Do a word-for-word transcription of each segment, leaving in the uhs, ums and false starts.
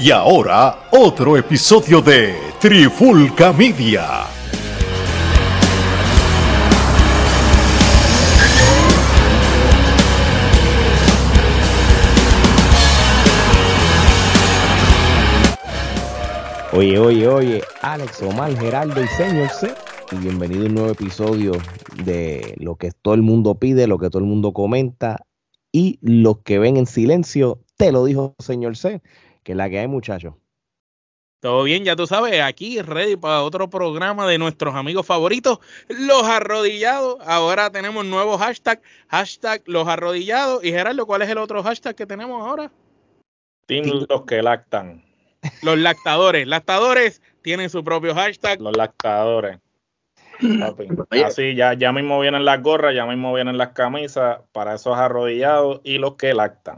Y ahora, otro episodio de Trifulca Media. Oye, oye, oye, Alex, Omar, Geraldo y Señor C. Y bienvenido a un nuevo episodio de lo que todo el mundo pide, lo que todo el mundo comenta y los que ven en silencio, te lo dijo Señor C, que es la que hay, muchachos. Todo bien, ya tú sabes, aquí ready para otro programa de nuestros amigos favoritos, Los Arrodillados. Ahora tenemos nuevo hashtag, hashtag Los Arrodillados. Y Gerardo, ¿cuál es el otro hashtag que tenemos ahora? Team Los que lactan. Los lactadores. Lactadores tienen su propio hashtag. Los lactadores. Papi. Así ya, ya mismo vienen las gorras, ya mismo vienen las camisas para esos arrodillados y los que lactan.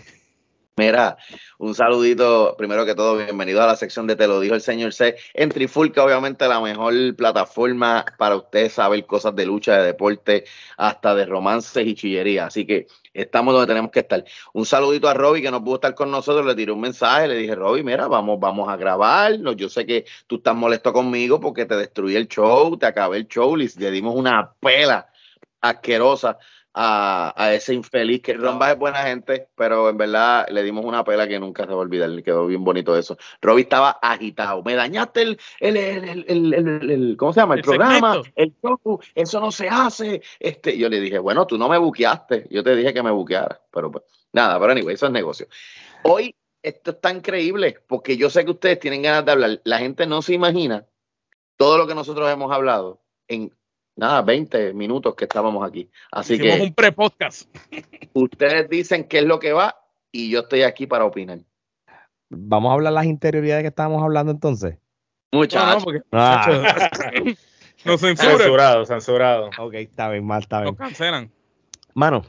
Mira, un saludito, primero que todo, bienvenido a la sección de Te lo dijo el Señor C. En Trifulca, obviamente la mejor plataforma para usted saber cosas de lucha, de deporte, hasta de romances y chillería. Así que estamos donde tenemos que estar. Un saludito a Robbie, que no pudo estar con nosotros, le tiré un mensaje, le dije, Robbie, mira, vamos, vamos a grabar. Yo sé que tú estás molesto conmigo porque te destruí el show, te acabé el show, le dimos una pela asquerosa A, a ese infeliz que Romba es buena gente, pero en verdad le dimos una pela que nunca se va a olvidar. Le quedó bien bonito eso. Robbie estaba agitado. Me dañaste el, el, el, el, el, el, el ¿cómo se llama? El, el programa, segmento. El show, eso no se hace. Este, yo le dije, bueno, tú no me buqueaste. Yo te dije que me buqueara, pero pues, nada, pero anyway, eso es negocio. Hoy esto está increíble porque yo sé que ustedes tienen ganas de hablar. La gente no se imagina todo lo que nosotros hemos hablado en nada, veinte minutos que estábamos aquí. Así Hicimos que un pre-podcast. Ustedes dicen qué es lo que va y yo estoy aquí para opinar. Vamos a hablar las interioridades que estábamos hablando entonces. Muchachos. No, no, porque, Ah. no censuran. Censurado, censurado. Ok, está bien, mal, está bien. Nos cancelan. Mano,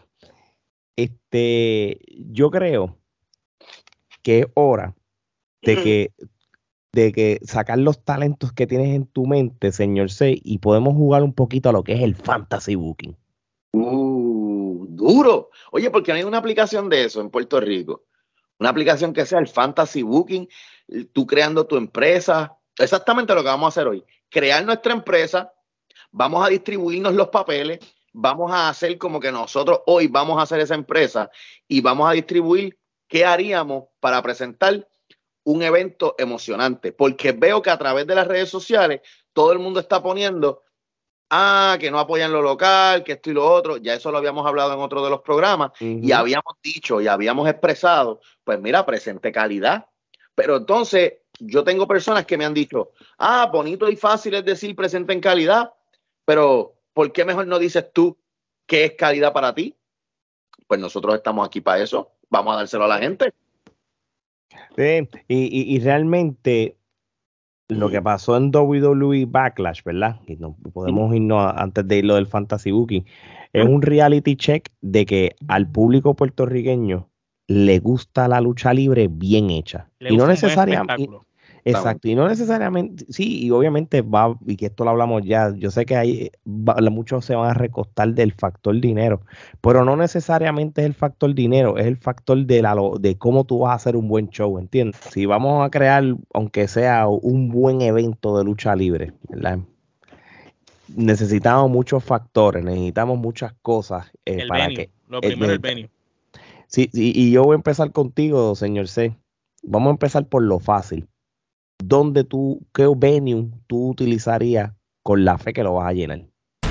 este, yo creo que es hora de que de que sacar los talentos que tienes en tu mente, señor C, y podemos jugar un poquito a lo que es el fantasy booking. Uh, duro. Oye, ¿por qué no hay una aplicación de eso en Puerto Rico? Una aplicación que sea el fantasy booking, tú creando tu empresa. Exactamente lo que vamos a hacer hoy. Crear nuestra empresa, vamos a distribuirnos los papeles, vamos a hacer como que nosotros hoy vamos a hacer esa empresa y vamos a distribuir qué haríamos para presentar un evento emocionante, porque veo que a través de las redes sociales todo el mundo está poniendo ah, que no apoyan lo local, que esto y lo otro. Ya eso lo habíamos hablado en otro de los programas. Uh-huh. Y habíamos dicho y habíamos expresado, pues mira, presente calidad. Pero entonces yo tengo personas que me han dicho, ah, bonito y fácil es decir presente en calidad, pero ¿por qué mejor no dices tú qué es calidad para ti? Pues nosotros estamos aquí para eso, vamos a dárselo a la gente. Sí, y, y, y realmente lo que pasó en W W E Backlash, ¿verdad? Y no podemos irnos a, antes de irlo del Fantasy Booking, es un reality check de que al público puertorriqueño le gusta la lucha libre bien hecha. Le y no necesariamente. Exacto, y no necesariamente, sí, y obviamente va, y que esto lo hablamos ya, yo sé que hay va, muchos se van a recostar del factor dinero, pero no necesariamente es el factor dinero, es el factor de la de cómo tú vas a hacer un buen show, ¿entiendes? Si vamos a crear, aunque sea un buen evento de lucha libre, ¿verdad? Necesitamos muchos factores, necesitamos muchas cosas eh, el para venue, que... lo primero el venue. Sí, sí, y yo voy a empezar contigo, señor C. Vamos a empezar por lo fácil. ¿Dónde tú, qué venue tú utilizarías con la fe que lo vas a llenar?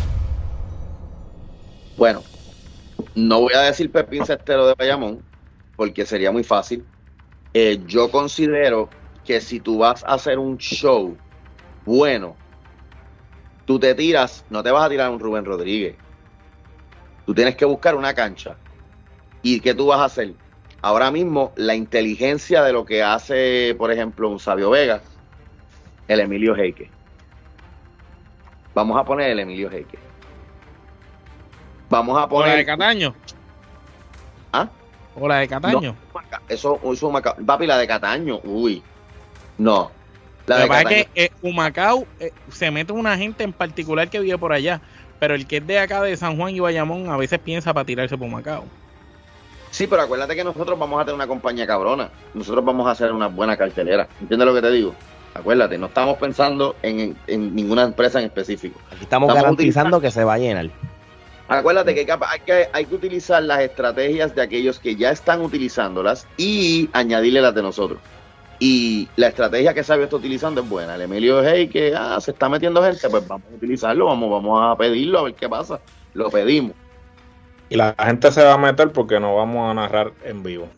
Bueno, no voy a decir Pepín Cestero de Bayamón, porque sería muy fácil. Eh, yo considero que si tú vas a hacer un show bueno, tú te tiras, no te vas a tirar un Rubén Rodríguez. Tú tienes que buscar una cancha. ¿Y qué tú vas a hacer? Ahora mismo, la inteligencia de lo que hace, por ejemplo, un Sabio Vega, el Emilio Heike. Vamos a poner el Emilio Heike. Vamos a poner... ¿O la de Cataño? ¿Ah? ¿O la de Cataño? No, eso, eso Humacao. Papi, la de Cataño, uy. No. La de Cataño. Es que eh, Humacao eh, se mete una gente en particular que vive por allá, pero el que es de acá de San Juan y Bayamón a veces piensa para tirarse por Humacao. Sí, pero acuérdate que nosotros vamos a tener una compañía cabrona. Nosotros vamos a hacer una buena cartelera. ¿Entiendes lo que te digo? Acuérdate, no estamos pensando en, en, en ninguna empresa en específico. Aquí estamos, estamos garantizando que se va a llenar. Acuérdate que hay, que hay que utilizar las estrategias de aquellos que ya están utilizándolas y añadirle las de nosotros. Y la estrategia que Sabio está utilizando es buena. El Emilio Hey, que ah, se está metiendo gente, pues vamos a utilizarlo, vamos, vamos a pedirlo, a ver qué pasa. Lo pedimos. Y la gente se va a meter porque no vamos a narrar en vivo.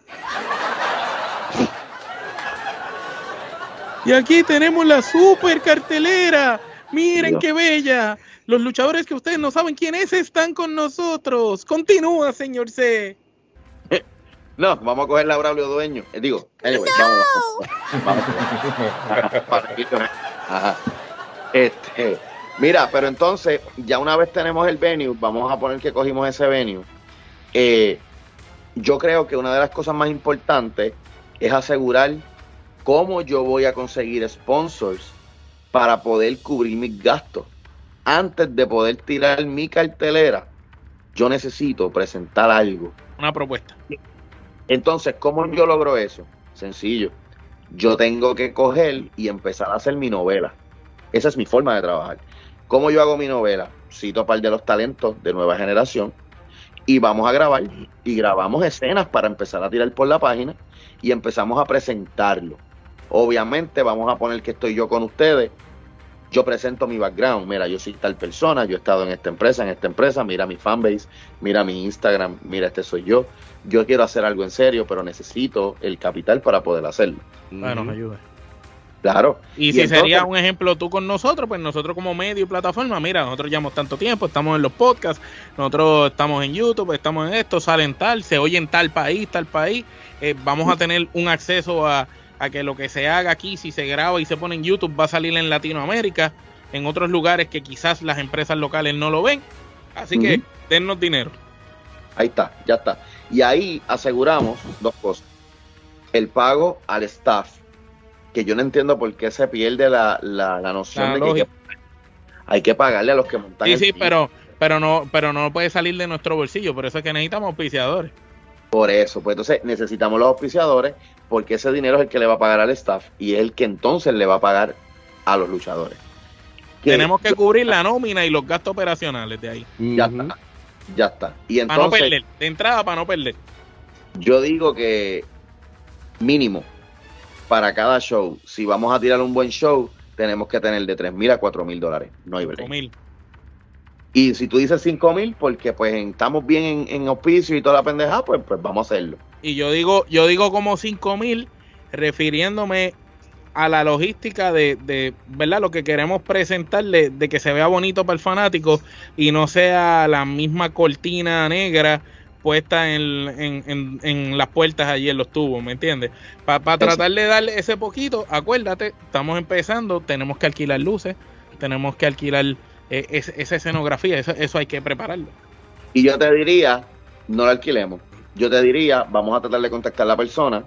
Y aquí tenemos la super cartelera. Miren Dios. qué bella. Los luchadores que ustedes no saben quién es están con nosotros. Continúa, señor C. No, vamos a coger a Braulio Dueño. Eh, digo, anyway, no. vamos, vamos. vamos. Ajá. Este, mira, pero entonces, ya una vez tenemos el venue, vamos a poner que cogimos ese venue. Eh, yo creo que una de las cosas más importantes es asegurar cómo yo voy a conseguir sponsors para poder cubrir mis gastos. Antes de poder tirar mi cartelera, yo necesito presentar algo. Una propuesta. Entonces, ¿cómo yo logro eso? Sencillo. Yo tengo que coger y empezar a hacer mi novela. Esa es mi forma de trabajar. ¿Cómo yo hago mi novela? Cito a par de los talentos de nueva generación y vamos a grabar. Y grabamos escenas para empezar a tirar por la página y empezamos a presentarlo. Obviamente vamos a poner que estoy yo con ustedes. Yo presento mi background. Mira, yo soy tal persona, yo he estado en esta empresa, en esta empresa. Mira mi fanbase, mira mi Instagram, mira, este soy yo. Yo quiero hacer algo en serio, pero necesito el capital para poder hacerlo. Bueno, nos ayuda. Claro. Y, y si entonces, sería un ejemplo tú con nosotros, pues nosotros como medio y plataforma, mira, nosotros llevamos tanto tiempo, estamos en los podcasts, nosotros estamos en YouTube, estamos en esto, salen tal, se oye en tal país, tal país, eh, vamos a tener un acceso a, a que lo que se haga aquí, si se graba y se pone en YouTube, va a salir en Latinoamérica, en otros lugares que quizás las empresas locales no lo ven, así uh-huh. que dennos dinero. Ahí está, ya está. Y ahí aseguramos dos cosas. El pago al staff, que yo no entiendo por qué se pierde la, la, la noción la de que hay, que hay que pagarle a los que montan. Sí, el sí, sitio. pero pero no pero no puede salir de nuestro bolsillo, por eso es que necesitamos auspiciadores. Por eso, pues entonces necesitamos los auspiciadores, porque ese dinero es el que le va a pagar al staff y es el que entonces le va a pagar a los luchadores. Que Tenemos que cubrir la nómina y los gastos operacionales de ahí. Ya uh-huh. está. Ya está. Y entonces, para no perder, de entrada para no perder. Yo digo que mínimo para cada show, si vamos a tirar un buen show, tenemos que tener de tres mil a cuatro mil dólares. No hay break. mil. Y si tú dices cinco mil, porque pues estamos bien en, en auspicio y toda la pendejada, pues, pues vamos a hacerlo. Y yo digo, yo digo como cinco mil, refiriéndome a la logística de, de, ¿verdad? Lo que queremos presentarle, de que se vea bonito para el fanático y no sea la misma cortina negra puesta en, en, en, en las puertas allí en los tubos, ¿me entiendes? Para pa tratar de darle ese poquito, acuérdate, estamos empezando, tenemos que alquilar luces, tenemos que alquilar eh, esa, esa escenografía, eso, eso hay que prepararlo. Y yo te diría, no lo alquilemos, yo te diría, vamos a tratar de contactar a la persona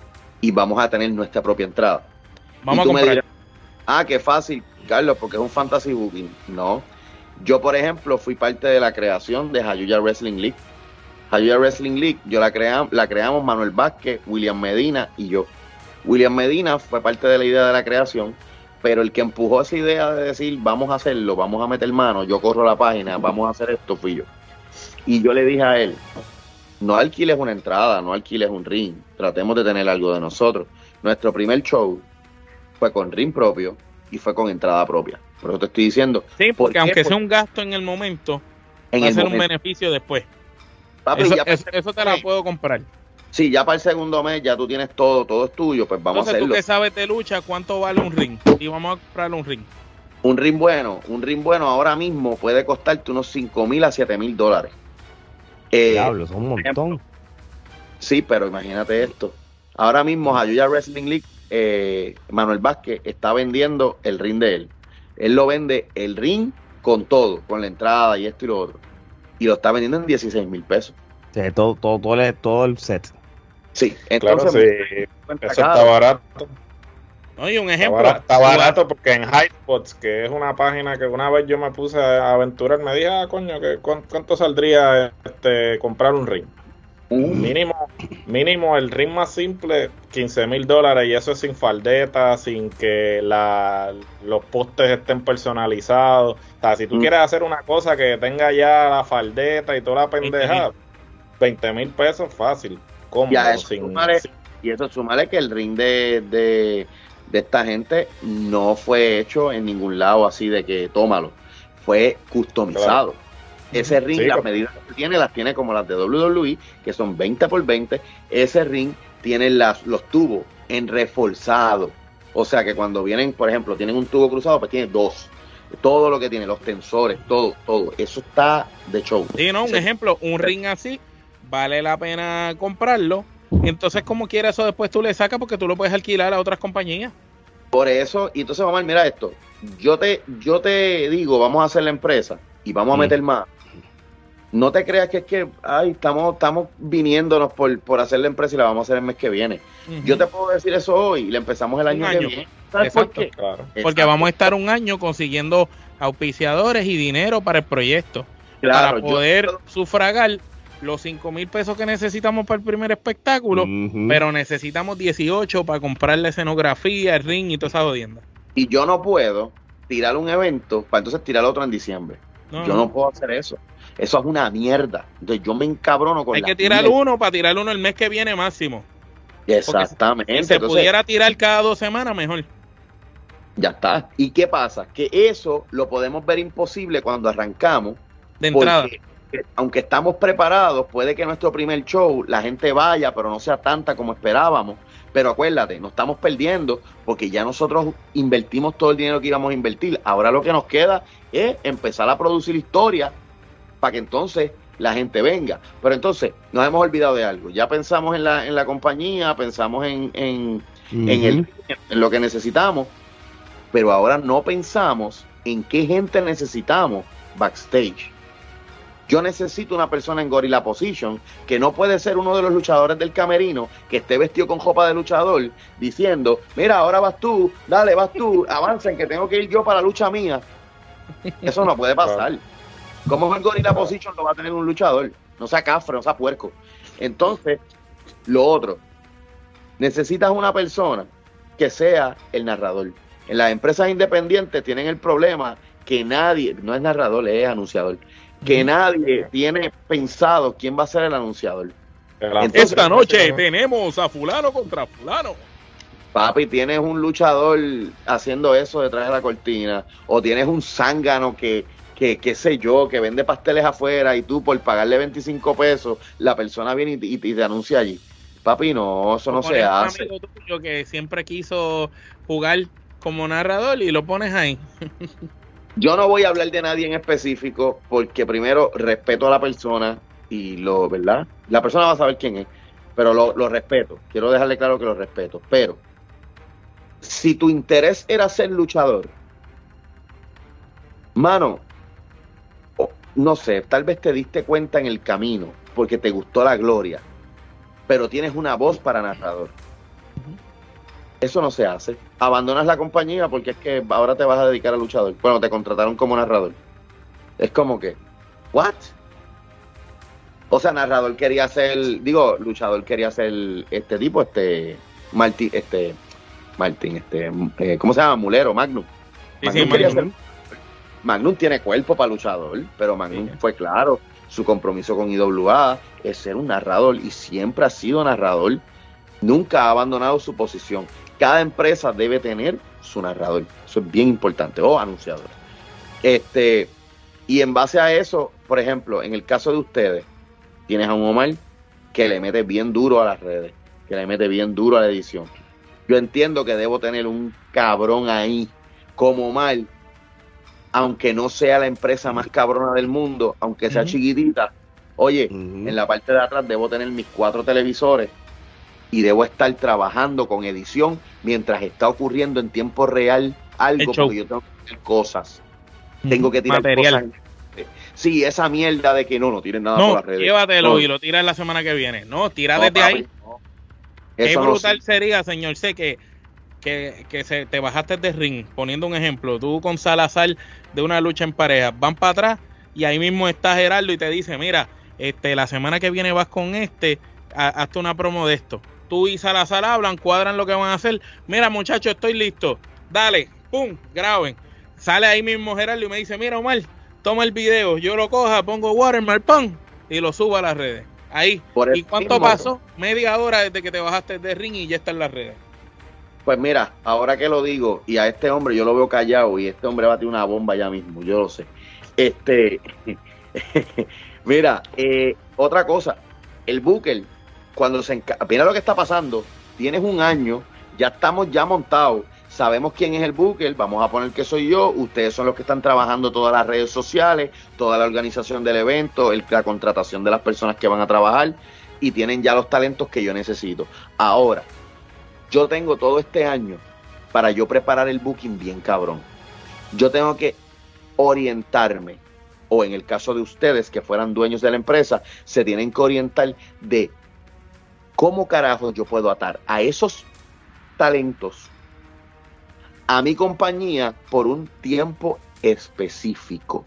y vamos a tener nuestra propia entrada. Vamos y tú a comprar. Me dirás, ah, qué fácil, Carlos, porque es un fantasy booking. No, yo por ejemplo fui parte de la creación de Jayuya Wrestling League. Jayuya Wrestling League, yo la, crea, la creamos Manuel Vázquez, William Medina y yo. William Medina fue parte de la idea de la creación, pero el que empujó esa idea de decir, vamos a hacerlo, vamos a meter mano, yo corro la página, vamos a hacer esto, fui yo. Y yo le dije a él, no alquiles una entrada, no alquiles un ring, tratemos de tener algo de nosotros. Nuestro primer show fue con ring propio y fue con entrada propia. Por eso te estoy diciendo. Sí, porque aunque sea un gasto en el momento, en va a ser momento. un beneficio después. Papi, eso, ya eso, eso te la puedo comprar. Sí, ya para el segundo mes ya tú tienes todo, todo es tuyo, pues vamos Entonces, a hacerlo. Tú que sabes de lucha, ¿cuánto vale un ring? Y vamos a comprar un ring. Un ring bueno, un ring bueno ahora mismo puede costarte unos cinco mil a siete mil dólares. Eh, Diablo, son un montón. Sí, pero imagínate esto. Ahora mismo Jayuya Wrestling League, eh, Manuel Vázquez está vendiendo el ring de él. Él lo vende el ring con todo, con la entrada y esto y lo otro. Y lo está vendiendo en dieciséis mil pesos. Sí, todo, todo, todo, el, todo el set. Sí, entonces claro, sí. Eso está barato. No, y un ejemplo. Está barato, está barato porque en Highspots, que es una página que una vez yo me puse a aventurar, me dije, ah, coño, que ¿cuánto saldría este comprar un ring? Mínimo, mínimo el ring más simple, quince mil dólares, y eso es sin faldeta, sin que la, los postes estén personalizados. O sea, si tú mm. quieres hacer una cosa que tenga ya la faldeta y toda la pendejada, veinte mil pesos fácil, cómodo. Ya, eso sin, sumale, sin... Y eso sumale que el ring de, de, de esta gente no fue hecho en ningún lado así de que tómalo, fue customizado. Claro. Ese ring, sí, las medidas que tiene, las tiene como las de doble u doble u E, que son veinte por veinte. Ese ring tiene las, los tubos en reforzado. O sea que cuando vienen, por ejemplo, tienen un tubo cruzado, pues tiene dos. Todo lo que tiene, los tensores, todo, todo. Eso está de show. Sí, no, un sí. ejemplo, un ring así, vale la pena comprarlo. Entonces, como quiera, eso después tú le sacas porque tú lo puedes alquilar a otras compañías. Por eso, y entonces, Omar, mira esto. Yo te, yo te digo, vamos a hacer la empresa y vamos a mm. meter más. No te creas que es que ay, estamos, estamos viniéndonos por, por hacer la empresa y la vamos a hacer el mes que viene. Uh-huh. Yo te puedo decir eso hoy y le empezamos el año, año. que viene. ¿Sabes por qué? Claro. Porque vamos a estar un año consiguiendo auspiciadores y dinero para el proyecto. Claro, para poder yo... sufragar los cinco mil pesos que necesitamos para el primer espectáculo, uh-huh. pero necesitamos dieciocho para comprar la escenografía, el ring y toda esa jodienda. Y yo no puedo tirar un evento para entonces tirar otro en diciembre. No, yo no. no puedo hacer eso. Eso es una mierda. Entonces yo me encabrono con Hay que tirar mierda. uno para tirar uno el mes que viene máximo. Exactamente. Si se entonces, pudiera tirar cada dos semanas, mejor. Ya está. ¿Y qué pasa? Que eso lo podemos ver imposible cuando arrancamos. De entrada. Porque, aunque estamos preparados, puede que nuestro primer show la gente vaya, pero no sea tanta como esperábamos. Pero acuérdate, nos estamos perdiendo porque ya nosotros invertimos todo el dinero que íbamos a invertir. Ahora lo que nos queda es empezar a producir historia para que entonces la gente venga. Pero entonces nos hemos olvidado de algo. Ya pensamos en la, en la compañía, pensamos en, en, uh-huh. en, el, en lo que necesitamos, pero ahora no pensamos en qué gente necesitamos backstage. Yo necesito una persona en Gorilla Position que no puede ser uno de los luchadores del camerino que esté vestido con ropa de luchador diciendo, mira, ahora vas tú, dale, vas tú, avancen que tengo que ir yo para la lucha mía. Eso no puede pasar. ¿Cómo en Gorilla Position lo va a tener un luchador? No sea cafre, no sea puerco. Entonces, lo otro, necesitas una persona que sea el narrador. En las empresas independientes tienen el problema que nadie, no es narrador, es anunciador, que nadie tiene pensado quién va a ser el anunciador. Entonces, esta noche tenemos a fulano contra fulano. Papi, tienes un luchador haciendo eso detrás de la cortina, o tienes un zángano que, que, qué sé yo, que vende pasteles afuera y tú por pagarle veinticinco pesos, la persona viene y, y, y te anuncia allí. Papi, no, eso no se hace. Un amigo tuyo que siempre quiso jugar como narrador y lo pones ahí. Yo no voy a hablar de nadie en específico porque primero respeto a la persona y lo, ¿verdad? La persona va a saber quién es, pero lo, lo respeto. Quiero dejarle claro que lo respeto. Pero si tu interés era ser luchador, mano, no sé, tal vez te diste cuenta en el camino porque te gustó la gloria, pero tienes una voz para narrador. Eso no se hace. Abandonas la compañía porque es que ahora te vas a dedicar a luchador. Bueno, te contrataron como narrador. Es como que, ¿what? O sea, narrador quería ser, digo, luchador quería ser este tipo, este, Martín, este, Martín, este, eh, ¿cómo se llama? Mulero, Magnum. Sí, Magnum, sí, quería Magnum. Ser, Magnum tiene cuerpo para luchador, pero Magnum sí. fue claro. Su compromiso con I W A es ser un narrador y siempre ha sido narrador. Nunca ha abandonado su posición. Cada empresa debe tener su narrador. Eso es bien importante. O anunciador. Este, y en base a eso, por ejemplo, en el caso de ustedes, tienes a un Omar que le mete bien duro a las redes, que le mete bien duro a la edición. Yo entiendo que debo tener un cabrón ahí como Omar, aunque no sea la empresa más cabrona del mundo, aunque sea uh-huh. chiquitita. Oye, uh-huh. en la parte de atrás debo tener mis cuatro televisores y debo estar trabajando con edición mientras está ocurriendo en tiempo real algo, porque yo tengo que hacer cosas. Mm, tengo que tirar material. Cosas. Sí, esa mierda de que no, no tiren nada no, por las redes. Llévatelo no. y lo tiras la semana que viene. No, tira no, desde papi, ahí. No. Qué Eso brutal no, sería, señor C, que, que, que se, te bajaste de ring, poniendo un ejemplo, tú con Salazar de una lucha en pareja, van para atrás y ahí mismo está Gerardo y te dice, mira, este, la semana que viene vas con este, a, hazte una promo de esto. Tú y Salazar hablan, cuadran lo que van a hacer. Mira, muchachos, estoy listo. Dale, pum, graben. Sale ahí mismo Gerardo y me dice, mira, Omar, toma el video, yo lo coja, pongo watermark, pum, y lo subo a las redes. Ahí. ¿Y cuánto mismo pasó? Media hora desde que te bajaste de ring y ya está en las redes. Pues mira, ahora que lo digo, y a este hombre yo lo veo callado, y este hombre va a tirar una bomba ya mismo, yo lo sé. Este, mira, eh, otra cosa, el Booker, cuando se enca- mira lo que está pasando, tienes un año, ya estamos ya montados, sabemos quién es el Booker, vamos a poner que soy yo, ustedes son los que están trabajando todas las redes sociales, toda la organización del evento, el, la contratación de las personas que van a trabajar, y tienen ya los talentos que yo necesito. Ahora, yo tengo todo este año para yo preparar el booking bien cabrón. Yo tengo que orientarme, o en el caso de ustedes que fueran dueños de la empresa, se tienen que orientar de cómo carajo yo puedo atar a esos talentos a mi compañía por un tiempo específico.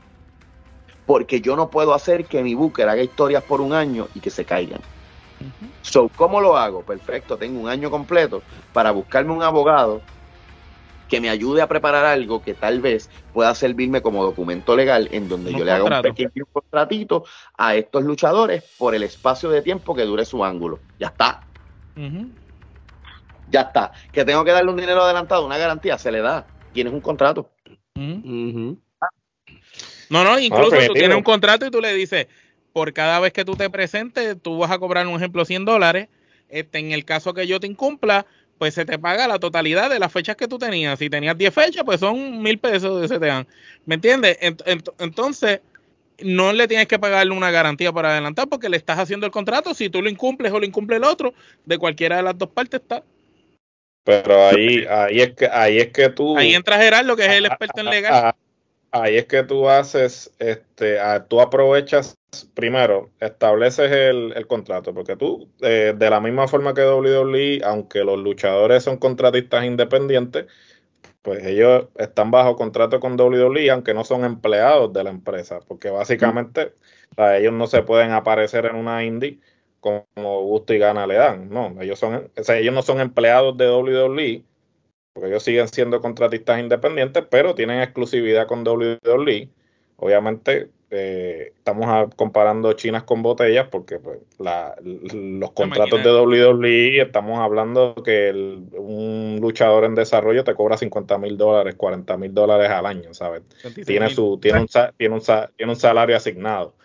Porque yo no puedo hacer que mi booker haga historias por un año y que se caigan. Uh-huh. So, ¿cómo lo hago? Perfecto, tengo un año completo para buscarme un abogado que me ayude a preparar algo que tal vez pueda servirme como documento legal en donde un yo contrato. Le haga un pequeño contratito a estos luchadores por el espacio de tiempo que dure su ángulo. Ya está. Uh-huh. Ya está. Que tengo que darle un dinero adelantado, una garantía, se le da. Tienes un contrato. Uh-huh. Uh-huh. No, no, incluso ah, tú tienes un contrato y tú le dices, por cada vez que tú te presentes, tú vas a cobrar, un ejemplo, cien dólares. Este, en el caso que yo te incumpla, pues se te paga la totalidad de las fechas que tú tenías. Si tenías diez fechas, pues son mil pesos que se te dan. ¿Me entiendes? Ent- ent- entonces, no le tienes que pagarle una garantía para adelantar porque le estás haciendo el contrato. Si tú lo incumples o lo incumple el otro, de cualquiera de las dos partes está. Pero ahí, ahí es que, ahí es que tú. Ahí entra Gerardo, que es el experto en legal. Ahí es que tú haces, este, tú aprovechas, primero, estableces el, el contrato, porque tú, eh, de la misma forma que doble u doble u E, aunque los luchadores son contratistas independientes, pues ellos están bajo contrato con doble u doble u E, aunque no son empleados de la empresa, porque básicamente o sea, ellos no se pueden aparecer en una indie como gusto y gana le dan, no, ellos son, o sea, ellos no son empleados de doble u doble u E, porque ellos siguen siendo contratistas independientes, pero tienen exclusividad con doble u doble u E. Obviamente, eh, estamos a, comparando chinas con botellas, porque pues, la, los contratos de doble u doble u E, estamos hablando que el, un luchador en desarrollo te cobra cincuenta mil dólares, cuarenta mil dólares al año, ¿sabes? Tiene, su, tiene, un, tiene, un, tiene un salario asignado.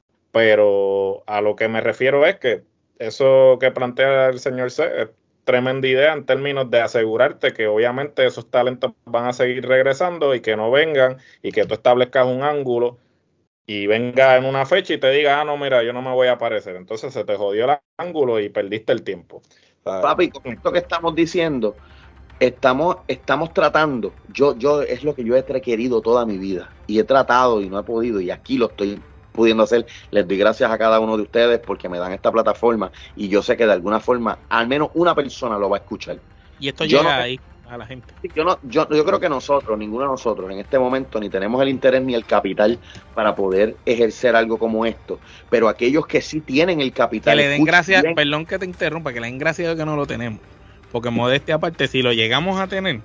Pero a lo que me refiero es que eso que plantea el señor C, tremenda idea en términos de asegurarte que obviamente esos talentos van a seguir regresando y que no vengan y que tú establezcas un ángulo y venga en una fecha y te diga, ah, no, mira, yo no me voy a aparecer. Entonces se te jodió el ángulo y perdiste el tiempo. O sea, papi, con esto que estamos diciendo, estamos, estamos tratando, yo, yo es lo que yo he querido toda mi vida y he tratado y no he podido y aquí lo estoy pudiendo hacer. Les doy gracias a cada uno de ustedes porque me dan esta plataforma y yo sé que de alguna forma al menos una persona lo va a escuchar. Y esto yo llega no, ahí a la gente. Yo, no, yo, yo creo que nosotros, ninguno de nosotros en este momento ni tenemos el interés ni el capital para poder ejercer algo como esto, pero aquellos que sí tienen el capital, que le den gracias, bien. Perdón que te interrumpa, que le den gracias de que no lo tenemos, porque modestia aparte, si lo llegamos a tener,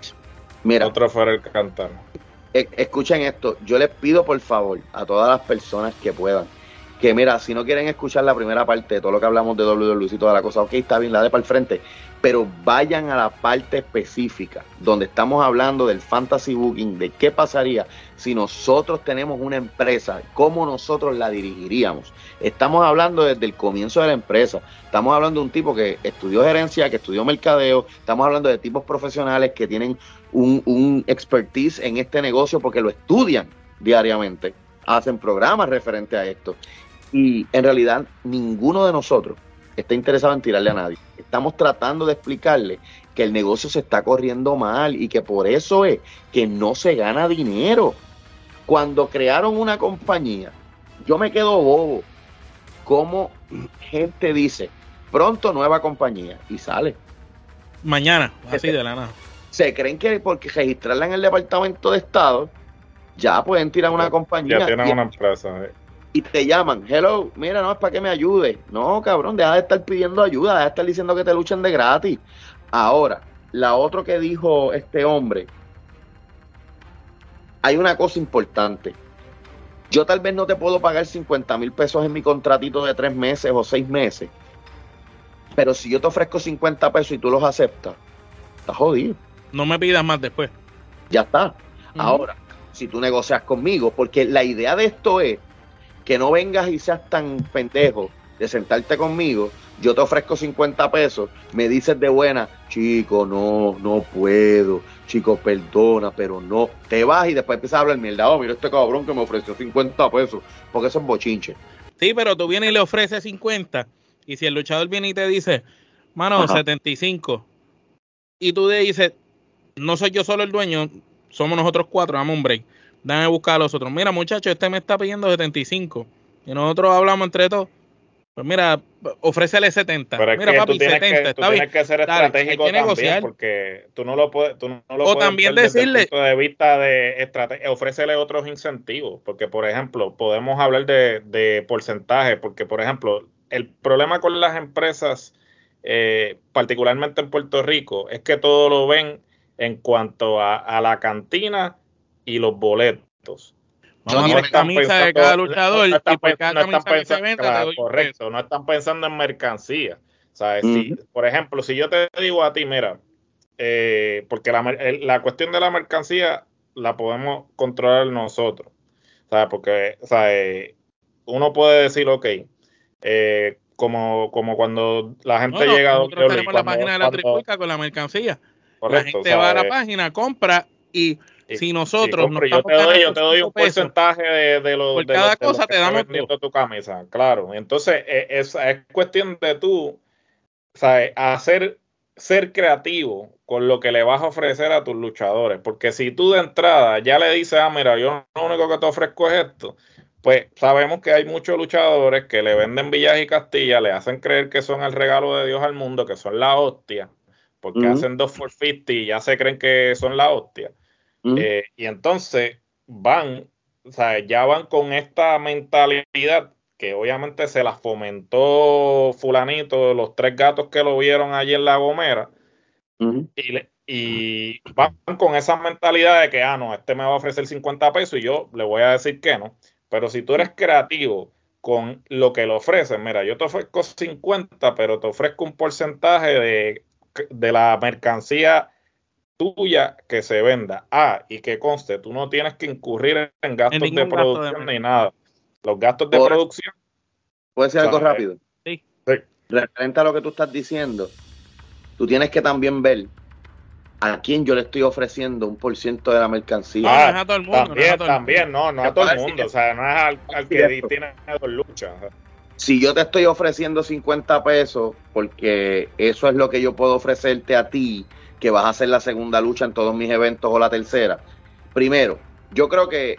mira, otro fuera el cantar. Escuchen esto, yo les pido por favor a todas las personas que puedan, que mira, si no quieren escuchar la primera parte de todo lo que hablamos de doble u doble u E y toda la cosa, ok, está bien, la de para el frente, pero vayan a la parte específica, donde estamos hablando del fantasy booking, de qué pasaría si nosotros tenemos una empresa, cómo nosotros la dirigiríamos. Estamos hablando desde el comienzo de la empresa, estamos hablando de un tipo que estudió gerencia, que estudió mercadeo, estamos hablando de tipos profesionales que tienen un, un expertise en este negocio porque lo estudian diariamente, hacen programas referentes a esto. Y en realidad ninguno de nosotros está interesado en tirarle a nadie. Estamos tratando de explicarle que el negocio se está corriendo mal y que por eso es que no se gana dinero. Cuando crearon una compañía, yo me quedo bobo. Como gente dice, pronto nueva compañía, y sale. Mañana, así de la nada. Se creen que porque registrarla en el Departamento de Estado, ya pueden tirar una ya, compañía. Ya tienen y, una empresa. Eh. y te llaman, hello, mira, no, es para que me ayude. No, cabrón, deja de estar pidiendo ayuda, deja de estar diciendo que te luchen de gratis. Ahora, la otra que dijo este hombre, hay una cosa importante. Yo tal vez no te puedo pagar cincuenta mil pesos en mi contratito de tres meses o seis meses, pero si yo te ofrezco cincuenta pesos y tú los aceptas, estás jodido. No me pidas más después. Ya está. Uh-huh. Ahora, si tú negocias conmigo, porque la idea de esto es que no vengas y seas tan pendejo de sentarte conmigo, yo te ofrezco cincuenta pesos, me dices de buena, chico, no, no puedo, chico, perdona, pero no, te vas y después empiezas a hablar mierda, oh, mira este cabrón que me ofreció cincuenta pesos, porque eso es bochinche. Sí, pero tú vienes y le ofreces cincuenta, y si el luchador viene y te dice, mano, ajá, setenta y cinco, y tú le dices, no soy yo solo el dueño, somos nosotros cuatro, dame un break, dame buscar a los otros, mira muchacho, este me está pidiendo setenta y cinco, y nosotros hablamos entre todos, pues mira, ofrécele setenta. Pero es mira, que papi, tú tienes setenta, que, tú está tienes bien. que ser Dale, estratégico también, negociar. Porque tú no lo puedes, tú no lo o puedes también ver decirle, desde el punto de vista de estrategia, ofrécele otros incentivos, porque por ejemplo, podemos hablar de, de porcentaje, porque por ejemplo, el problema con las empresas, eh, particularmente en Puerto Rico, es que todo lo ven en cuanto a, a la cantina y los boletos. Vamos no a hacer camisa pensando, de cada luchador no, no y por cada no camisa pensando, que se venda claro, te doy correcto, no están pensando en mercancía. ¿Sabes? Uh-huh. Si, por ejemplo, si yo te digo a ti, mira, eh, porque la, la cuestión de la mercancía la podemos controlar nosotros, ¿sabes? Porque, ¿sabes? Uno puede decir, ok, eh, como, como cuando la gente no, no, llega a nosotros tenemos cuando, la página de la Trifulca con la mercancía. Correcto, la gente ¿sabes? Va a la página, compra y Y, si nosotros sí, no yo te doy, yo te doy un pesos, porcentaje de, de lo por de cada lo, de cosa lo que te damos vendiendo tu camisa, claro. Entonces es, es cuestión de tú, ¿sabes? Hacer ser creativo con lo que le vas a ofrecer a tus luchadores, porque si tú de entrada ya le dices, ah, mira, yo lo único que te ofrezco es esto, pues sabemos que hay muchos luchadores que le venden Villas y Castilla, le hacen creer que son el regalo de Dios al mundo, que son la hostia, porque uh-huh. hacen dos por cincuenta y ya se creen que son la hostia. Uh-huh. Eh, y entonces van, o sea, ya van con esta mentalidad que obviamente se la fomentó fulanito, los tres gatos que lo vieron allí en La Gomera, uh-huh. y, le, y van con esa mentalidad de que, ah, no, este me va a ofrecer cincuenta pesos y yo le voy a decir que no. Pero si tú eres creativo con lo que le ofreces, mira, yo te ofrezco cincuenta, pero te ofrezco un porcentaje de, de la mercancía tuya que se venda. Ah, y que conste, tú no tienes que incurrir en gastos en de producción gasto de ni nada. Los gastos de ¿Puedo, producción. ¿Puedo decir algo rápido? Sí. sí. Referente a lo que tú estás diciendo, tú tienes que también ver a quién yo le estoy ofreciendo un por ciento de la mercancía. Ah, no es a todo el mundo. También, no, todo también, mundo. no, no a todo el mundo. O sea, no es al, al que tiene dos luchas. Si yo te estoy ofreciendo cincuenta pesos, porque eso es lo que yo puedo ofrecerte a ti, que vas a hacer la segunda lucha en todos mis eventos o la tercera. Primero, yo creo que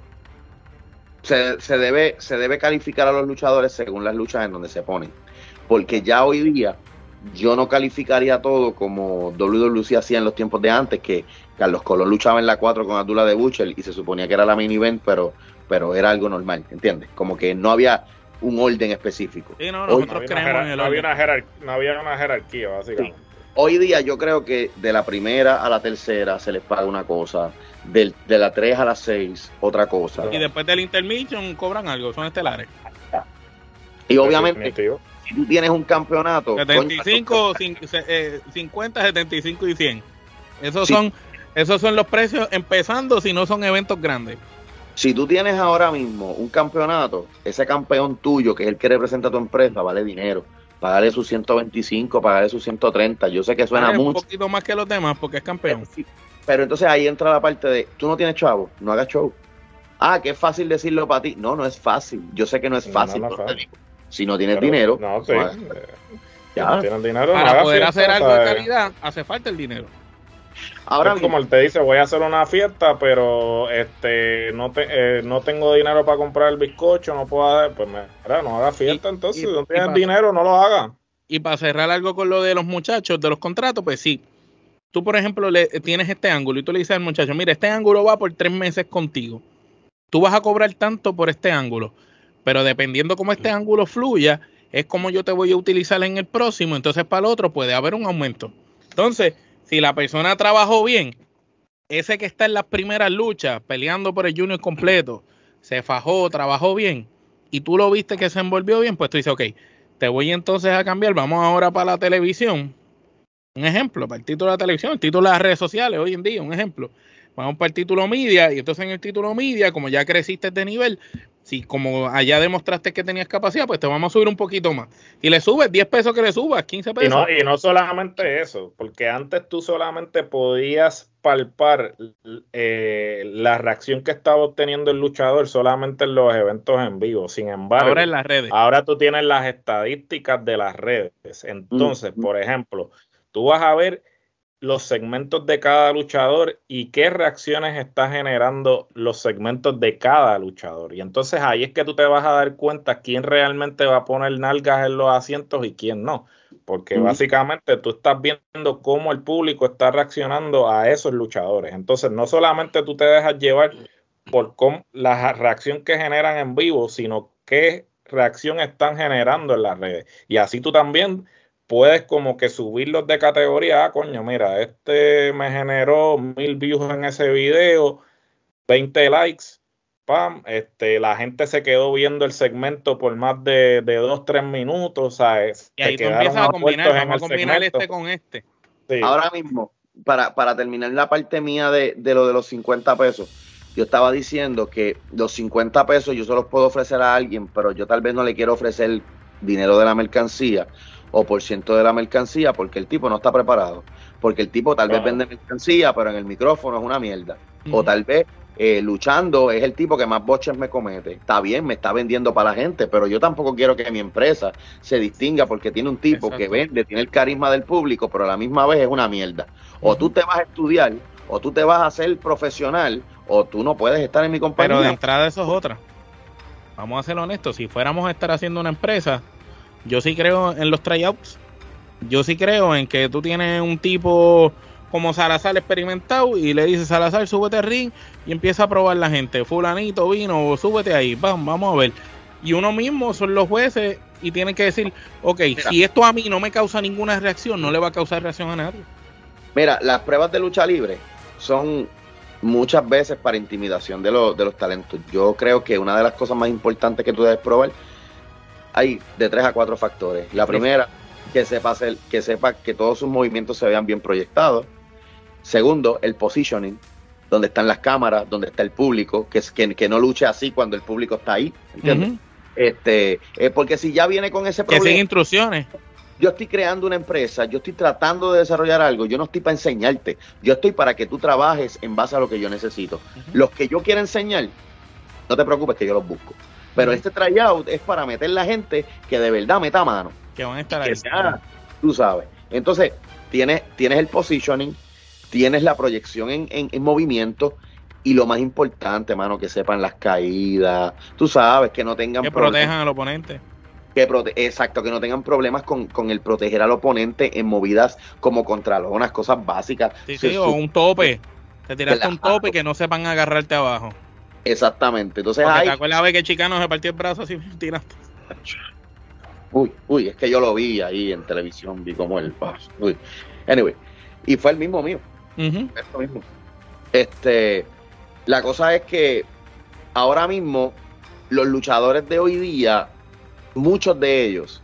se, se, debe, se debe calificar a los luchadores según las luchas en donde se ponen. Porque ya hoy día yo no calificaría todo como doble u doble u E hacía en los tiempos de antes, que Carlos Colón luchaba en la cuatro con Abdullah de Butcher y se suponía que era la main event, pero, pero era algo normal, ¿entiendes? Como que no había un orden específico. Sí, no, nosotros hoy, creemos en el no, había orden. una jerar, no había una jerarquía, básicamente. Sí. Hoy día yo creo que de la primera a la tercera se les paga una cosa, del, de la tres a la seis otra cosa. Y después del intermission cobran algo, son estelares. Y obviamente, si tú tienes un campeonato... setenta y cinco, cincuenta, setenta y cinco y cien. Esos, sí. son, esos son los precios empezando si no son eventos grandes. Si tú tienes ahora mismo un campeonato, ese campeón tuyo, que es el que representa a tu empresa, vale dinero. Pagarle sus ciento veinticinco, pagarle sus ciento treinta. Yo sé que suena vale mucho. Un poquito más que los demás porque es campeón. Pero, pero entonces ahí entra la parte de, tú no tienes chavo, no hagas show. Ah, que es fácil decirlo para ti. No, no es fácil. Yo sé que no es fácil. No, no, no, si no tienes pero, dinero. No, sí. No, ya. Si no tienes dinero, para no poder fiesta, hacer algo ¿sabes? de calidad, hace falta el dinero. Ahora es como él te dice, voy a hacer una fiesta, pero este no te, eh, no tengo dinero para comprar el bizcocho, no puedo hacer, pues mira, no haga fiesta, y, entonces y, si no tienes dinero, no lo hagas. Y para cerrar algo con lo de los muchachos, de los contratos, pues sí. Tú, por ejemplo, le tienes este ángulo y tú le dices al muchacho, mira, este ángulo va por tres meses contigo. Tú vas a cobrar tanto por este ángulo. pero dependiendo cómo este ángulo fluya, es como yo te voy a utilizar en el próximo, entonces para el otro puede haber un aumento. Entonces, si la persona trabajó bien, ese que está en las primeras luchas, peleando por el junior completo, se fajó, trabajó bien, y tú lo viste que se envolvió bien, pues tú dices, ok, te voy entonces a cambiar, vamos ahora para la televisión. Un ejemplo, para el título de la televisión, el título de las redes sociales hoy en día, un ejemplo. Vamos para el título media, y entonces en el título media, como ya creciste de nivel, si como allá demostraste que tenías capacidad, pues te vamos a subir un poquito más. Y le subes diez pesos que le subas, quince pesos. Y no, y no solamente eso, porque antes tú solamente podías palpar eh, la reacción que estaba obteniendo el luchador solamente en los eventos en vivo. Sin embargo, ahora en las redes. Ahora tú tienes las estadísticas de las redes. Entonces, mm. por ejemplo, tú vas a ver los segmentos de cada luchador y qué reacciones está generando los segmentos de cada luchador. Y entonces ahí es que tú te vas a dar cuenta quién realmente va a poner nalgas en los asientos y quién no. Porque uh-huh. básicamente tú estás viendo cómo el público está reaccionando a esos luchadores. Entonces no solamente tú te dejas llevar por cómo, la reacción que generan en vivo, sino qué reacción están generando en las redes. Y así tú también puedes como que subirlos de categoría. Ah, coño, mira, este me generó mil views en ese video, veinte likes, pam, este, la gente se quedó viendo el segmento por más de, de dos, tres minutos, ¿sabes? Y ahí tú empiezas a combinar, vamos a combinar segmento. Este con este. Sí. Ahora mismo, para, para terminar la parte mía de, de lo de los cincuenta pesos, yo estaba diciendo que los cincuenta pesos yo se los puedo ofrecer a alguien, pero yo tal vez no le quiero ofrecer dinero de la mercancía o por ciento de la mercancía, porque el tipo no está preparado, porque el tipo tal claro. vez vende mercancía, pero en el micrófono es una mierda, uh-huh. o tal vez eh, luchando es el tipo que más boches me comete. Está bien, me está vendiendo para la gente, pero yo tampoco quiero que mi empresa se distinga porque tiene un tipo Exacto. que vende, tiene el carisma del público, pero a la misma vez es una mierda. O uh-huh. tú te vas a estudiar, o tú te vas a hacer profesional, o tú no puedes estar en mi compañía. Pero de entrada eso es otra. Vamos a ser honestos, si fuéramos a estar haciendo una empresa, yo sí creo en los tryouts. Yo sí creo en que tú tienes un tipo como Salazar experimentado y le dices, Salazar, súbete al ring y empieza a probar la gente. Fulanito vino, súbete ahí, vamos, vamos a ver. Y uno mismo son los jueces y tienen que decir, ok, mira, si esto a mí no me causa ninguna reacción, no le va a causar reacción a nadie. Mira, las pruebas de lucha libre son muchas veces para intimidación de, los de los talentos. Yo creo que una de las cosas más importantes que tú debes probar hay de tres a cuatro factores. La primera, que sepa, hacer, que sepa que todos sus movimientos se vean bien proyectados. Segundo, el positioning, donde están las cámaras, donde está el público, que, que, que no luche así cuando el público está ahí, ¿entiendes? Uh-huh. Este, eh, porque si ya viene con ese problema... Que siga instrucciones. Yo estoy creando una empresa, yo estoy tratando de desarrollar algo, yo no estoy para enseñarte, yo estoy para que tú trabajes en base a lo que yo necesito. Uh-huh. Los que yo quiero enseñar, no te preocupes que yo los busco. Pero este tryout es para meter la gente que de verdad meta mano. Que van a estar ahí. Que sea, tú sabes. Entonces, tienes, tienes el positioning, tienes la proyección en, en, en movimiento y lo más importante, mano, que sepan las caídas. Tú sabes, que no tengan que protejan al oponente. Que prote- Exacto, que no tengan problemas con, con el proteger al oponente en movidas como contralonas, cosas básicas. Sí, sí, o un tope. Te tiraste un tope que no sepan agarrarte abajo. Exactamente, entonces Porque hay... te acuerdas de que el Chicano se partió el brazo así tiraste. Uy, uy, es que yo lo vi ahí en televisión, vi como el paso. Uy. Anyway, y fue el mismo mío. Uh-huh. Esto mismo. Este, la cosa es que ahora mismo los luchadores de hoy día, muchos de ellos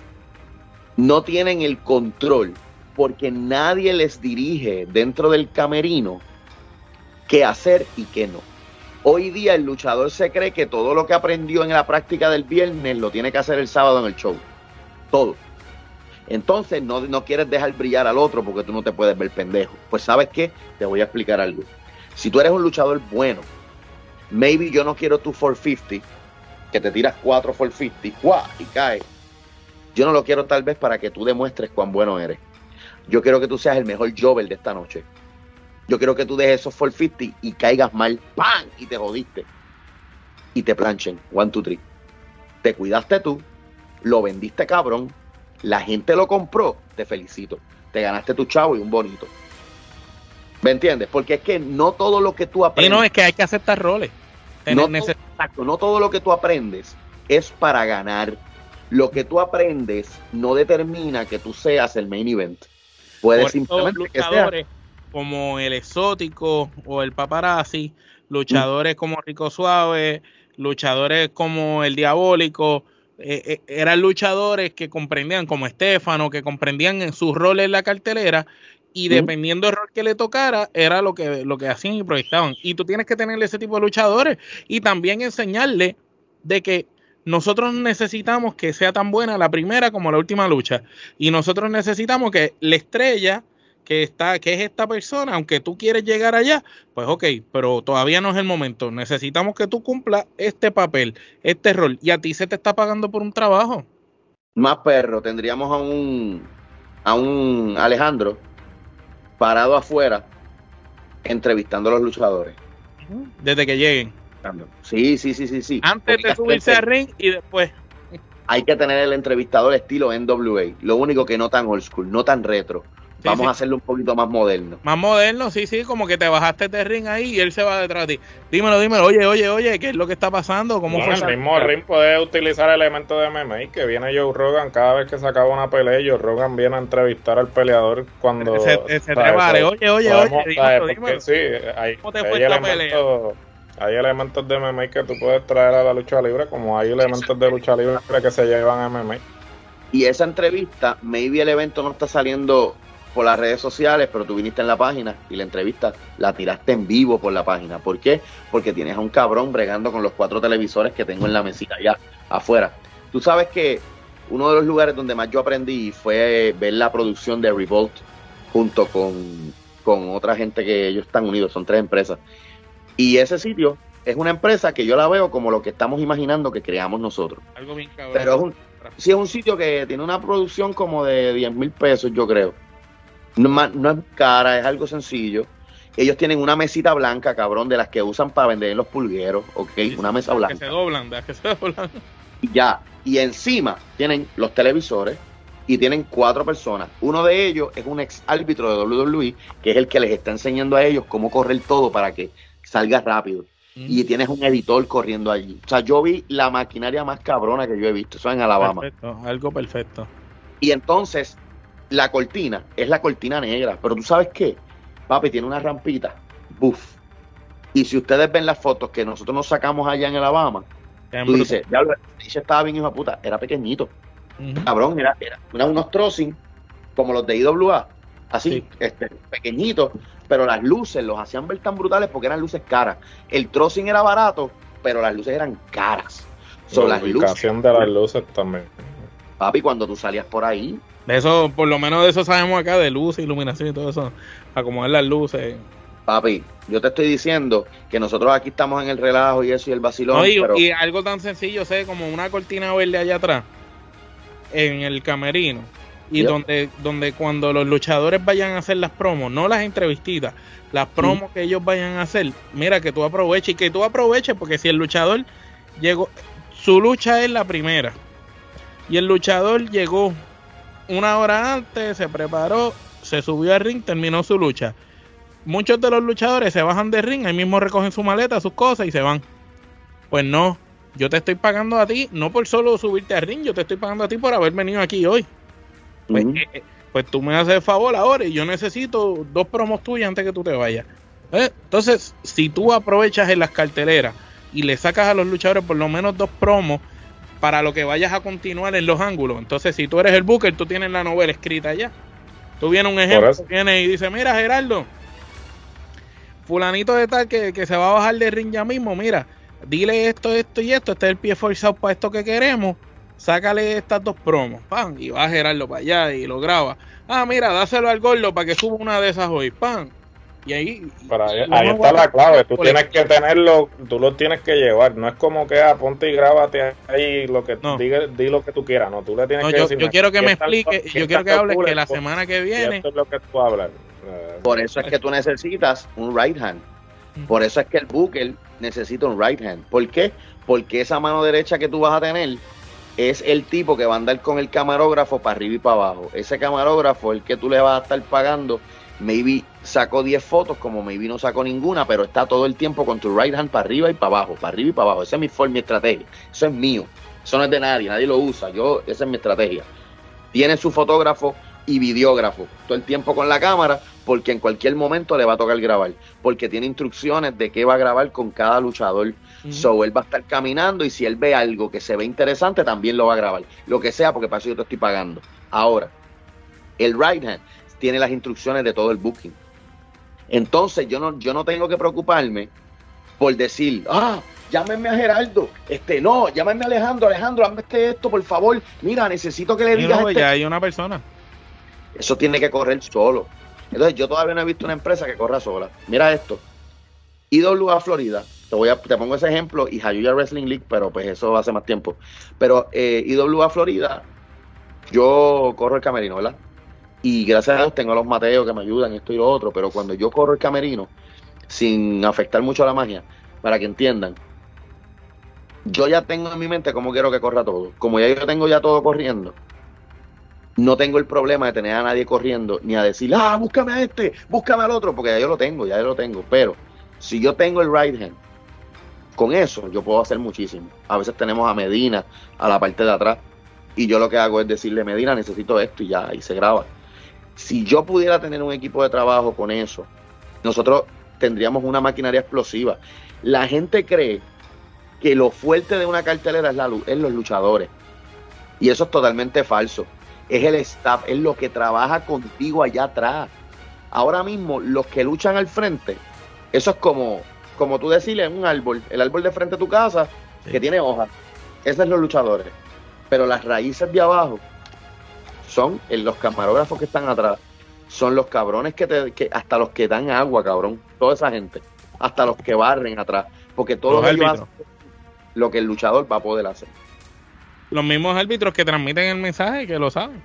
no tienen el control porque nadie les dirige dentro del camerino qué hacer y qué no. Hoy día el luchador se cree que todo lo que aprendió en la práctica del viernes lo tiene que hacer el sábado en el show. Todo. Entonces no, no quieres dejar brillar al otro porque tú no te puedes ver pendejo. Pues ¿sabes qué? Te voy a explicar algo. Si tú eres un luchador bueno, maybe yo no quiero tu cuatrocientos cincuenta, que te tiras cuatro cuatrocientos cincuenta, ¡guau! Y cae. Yo no lo quiero tal vez para que tú demuestres cuán bueno eres. Yo quiero que tú seas el mejor jobber de esta noche. Yo quiero que tú dejes esos cuatrocientos cincuenta y caigas mal, ¡pam! Y te jodiste. Y te planchen, one, two, three. Te cuidaste tú, lo vendiste cabrón, la gente lo compró, te felicito. Te ganaste tu chavo y un bonito. ¿Me entiendes? Porque es que no todo lo que tú aprendes... Y no, es que hay que aceptar roles. No todo, exacto, no todo lo que tú aprendes es para ganar. Lo que tú aprendes no determina que tú seas el main event. Puedes simplemente que sea como el exótico o el paparazzi, luchadores mm. como Rico Suave, luchadores como el Diabólico, eh, eh, eran luchadores que comprendían, como Estefano, que comprendían en sus roles en la cartelera, y dependiendo del rol que le tocara, era lo que, lo que hacían y proyectaban. Y tú tienes que tener ese tipo de luchadores y también enseñarle de que nosotros necesitamos que sea tan buena la primera como la última lucha. Y nosotros necesitamos que la estrella que está, que es esta persona, aunque tú quieres llegar allá, pues ok, pero todavía no es el momento. Necesitamos que tú cumplas este papel, este rol, y a ti se te está pagando por un trabajo. Más perro, tendríamos a un a un Alejandro parado afuera entrevistando a los luchadores. Desde que lleguen. Sí, sí, sí, sí, sí. Antes de subirse al ring y después. Hay que tener el entrevistador estilo N W A. Lo único que no tan old school, no tan retro. Sí, Vamos sí. a hacerlo un poquito más moderno. Más moderno, sí, sí, como que te bajaste de ring ahí y él se va detrás de ti. Dímelo, dímelo, oye, oye, oye, ¿qué es lo que está pasando? ¿Cómo bueno, fue? El mismo ring puede utilizar elementos de M M A, que viene Joe Rogan, cada vez que se acaba una pelea, Joe Rogan viene a entrevistar al peleador cuando... Se, se, se te vale, oye, oye, podemos, oye, dímelo, dímelo. Sí, hay, ¿cómo te fue hay esta pelea? Hay elementos de M M A que tú puedes traer a la lucha libre, como hay elementos de lucha libre que se llevan a M M A. Y esa entrevista, maybe el evento no está saliendo por las redes sociales, pero tú viniste en la página y la entrevista la tiraste en vivo por la página. ¿Por qué? Porque tienes a un cabrón bregando con los cuatro televisores que tengo en la mesita allá afuera. Tú sabes que uno de los lugares donde más yo aprendí fue ver la producción de Revolt junto con, con otra gente que ellos están unidos, son tres empresas. Y ese sitio es una empresa que yo la veo como lo que estamos imaginando que creamos nosotros. Algo bien cabrón. Pero es un, sí es un sitio que tiene una producción como de diez mil pesos, yo creo. No, no es cara, es algo sencillo. Ellos tienen una mesita blanca, cabrón, de las que usan para vender en los pulgueros, ¿ok? Sí, una mesa blanca. Que se doblan, de las que se doblan. Y ya, y encima tienen los televisores y tienen cuatro personas. Uno de ellos es un ex árbitro de W W E, que es el que les está enseñando a ellos cómo correr todo para que salga rápido. Mm. Y tienes un editor corriendo allí. O sea, yo vi la maquinaria más cabrona que yo he visto. Eso en Alabama. Perfecto, algo perfecto. Y entonces, la cortina es la cortina negra. Pero tú sabes qué, papi, tiene una rampita. Buf. Y si ustedes ven las fotos que nosotros nos sacamos allá en Alabama, tú dices, ya lo estaba bien, hijo de puta. Era pequeñito. Uh-huh. Cabrón, era, era, era unos trocing como los de I W A. Así, sí. este, pequeñitos, pero las luces los hacían ver tan brutales porque eran luces caras. El trocing era barato, pero las luces eran caras. So, la ubicación luces, de las luces también. Papi, cuando tú salías por ahí. De eso, por lo menos de eso sabemos acá, de luz, iluminación y todo eso. Acomodar las luces. Papi, yo te estoy diciendo que nosotros aquí estamos en el relajo y eso y el vacilón. No, y, pero... y algo tan sencillo, sé, como una cortina verde allá atrás, en el camerino. Y yep. donde, donde cuando los luchadores vayan a hacer las promos, no las entrevistitas, las promos mm. que ellos vayan a hacer, mira, que tú aproveches y que tú aproveches, porque si el luchador llegó, su lucha es la primera, y el luchador llegó una hora antes, se preparó, se subió al ring, terminó su lucha. Muchos de los luchadores se bajan de ring, ahí mismo recogen su maleta, sus cosas y se van. Pues no, yo te estoy pagando a ti, no por solo subirte al ring, yo te estoy pagando a ti por haber venido aquí hoy. Pues, uh-huh. eh, pues tú me haces el favor ahora y yo necesito dos promos tuyas antes que tú te vayas. ¿Eh? Entonces, si tú aprovechas en las carteleras y le sacas a los luchadores por lo menos dos promos para lo que vayas a continuar en los ángulos, entonces si tú eres el booker, tú tienes la novela escrita ya. Tú vienes un ejemplo, vienes y dices, mira Gerardo, fulanito de tal que, que se va a bajar de ring ya mismo, mira, dile esto, esto y esto, este es el pie forzado para esto que queremos. Sácale estas dos promos, ¡pam! Y va a Gerardo para allá y lo graba. Ah, mira, dáselo al gordo para que suba una de esas hoy, ¡pam! Y ahí... Pero ahí, ahí está la clave, tú tienes que tenerlo, tú lo tienes que llevar. No es como que, ah, ponte y grábate ahí lo que no. diga, di lo que tú quieras, no, tú le tienes no, que yo, decir... Yo quiero que me explique, yo quiero que hables que la semana que viene... Esto es lo que tú hablas. Por eso es que tú necesitas un right hand. Por eso es que el booker necesita un right hand. ¿Por qué? Porque esa mano derecha que tú vas a tener es el tipo que va a andar con el camarógrafo para arriba y para abajo. Ese camarógrafo, el que tú le vas a estar pagando, maybe sacó diez fotos, como maybe no sacó ninguna, pero está todo el tiempo con tu right hand para arriba y para abajo, para arriba y para abajo. Esa es mi forma y estrategia. Eso es mío. Eso no es de nadie, nadie lo usa. Yo, esa es mi estrategia. Tiene su fotógrafo y videógrafo todo el tiempo con la cámara, porque en cualquier momento le va a tocar grabar, porque tiene instrucciones de qué va a grabar con cada luchador. Uh-huh. So, él va a estar caminando y si él ve algo que se ve interesante, también lo va a grabar. Lo que sea, porque para eso yo te estoy pagando. Ahora, el right hand tiene las instrucciones de todo el booking. Entonces, yo no, yo no tengo que preocuparme por decir, ah, llámenme a Geraldo, este, no, llámenme a Alejandro, Alejandro, hazme este esto, por favor, mira, necesito que le digas no, este. Ya hay una persona. Eso tiene que correr solo. Entonces, yo todavía no he visto una empresa que corra sola. Mira esto, I W A Florida, te voy a, te pongo ese ejemplo, y Jayuya Wrestling League, pero pues eso hace más tiempo, pero eh, I W A Florida, yo corro el camerino, ¿verdad? Y gracias a Dios tengo a los Mateos que me ayudan, esto y lo otro, pero cuando yo corro el camerino, sin afectar mucho a la magia, para que entiendan, yo ya tengo en mi mente cómo quiero que corra todo. Como ya yo tengo ya todo corriendo, no tengo el problema de tener a nadie corriendo, ni a decir, ah, búscame a este, búscame al otro, porque ya yo lo tengo, ya yo lo tengo. Pero si yo tengo el right hand, con eso yo puedo hacer muchísimo. A veces tenemos a Medina a la parte de atrás, y yo lo que hago es decirle, Medina, necesito esto, y ya, y se graba. Si yo pudiera tener un equipo de trabajo con eso, nosotros tendríamos una maquinaria explosiva. La gente cree que lo fuerte de una cartelera es, la, es los luchadores, y eso es totalmente falso. Es el staff, es lo que trabaja contigo allá atrás. Ahora mismo, los que luchan al frente, eso es como, como tú decirle un árbol, el árbol de frente a tu casa, sí, que tiene hojas. Esos son los luchadores. Pero las raíces de abajo son los camarógrafos que están atrás, son los cabrones que, te, que hasta los que dan agua, cabrón, toda esa gente, hasta los que barren atrás, porque todos los ellos hacen lo que el luchador va a poder hacer. Los mismos árbitros que transmiten el mensaje, que lo saben.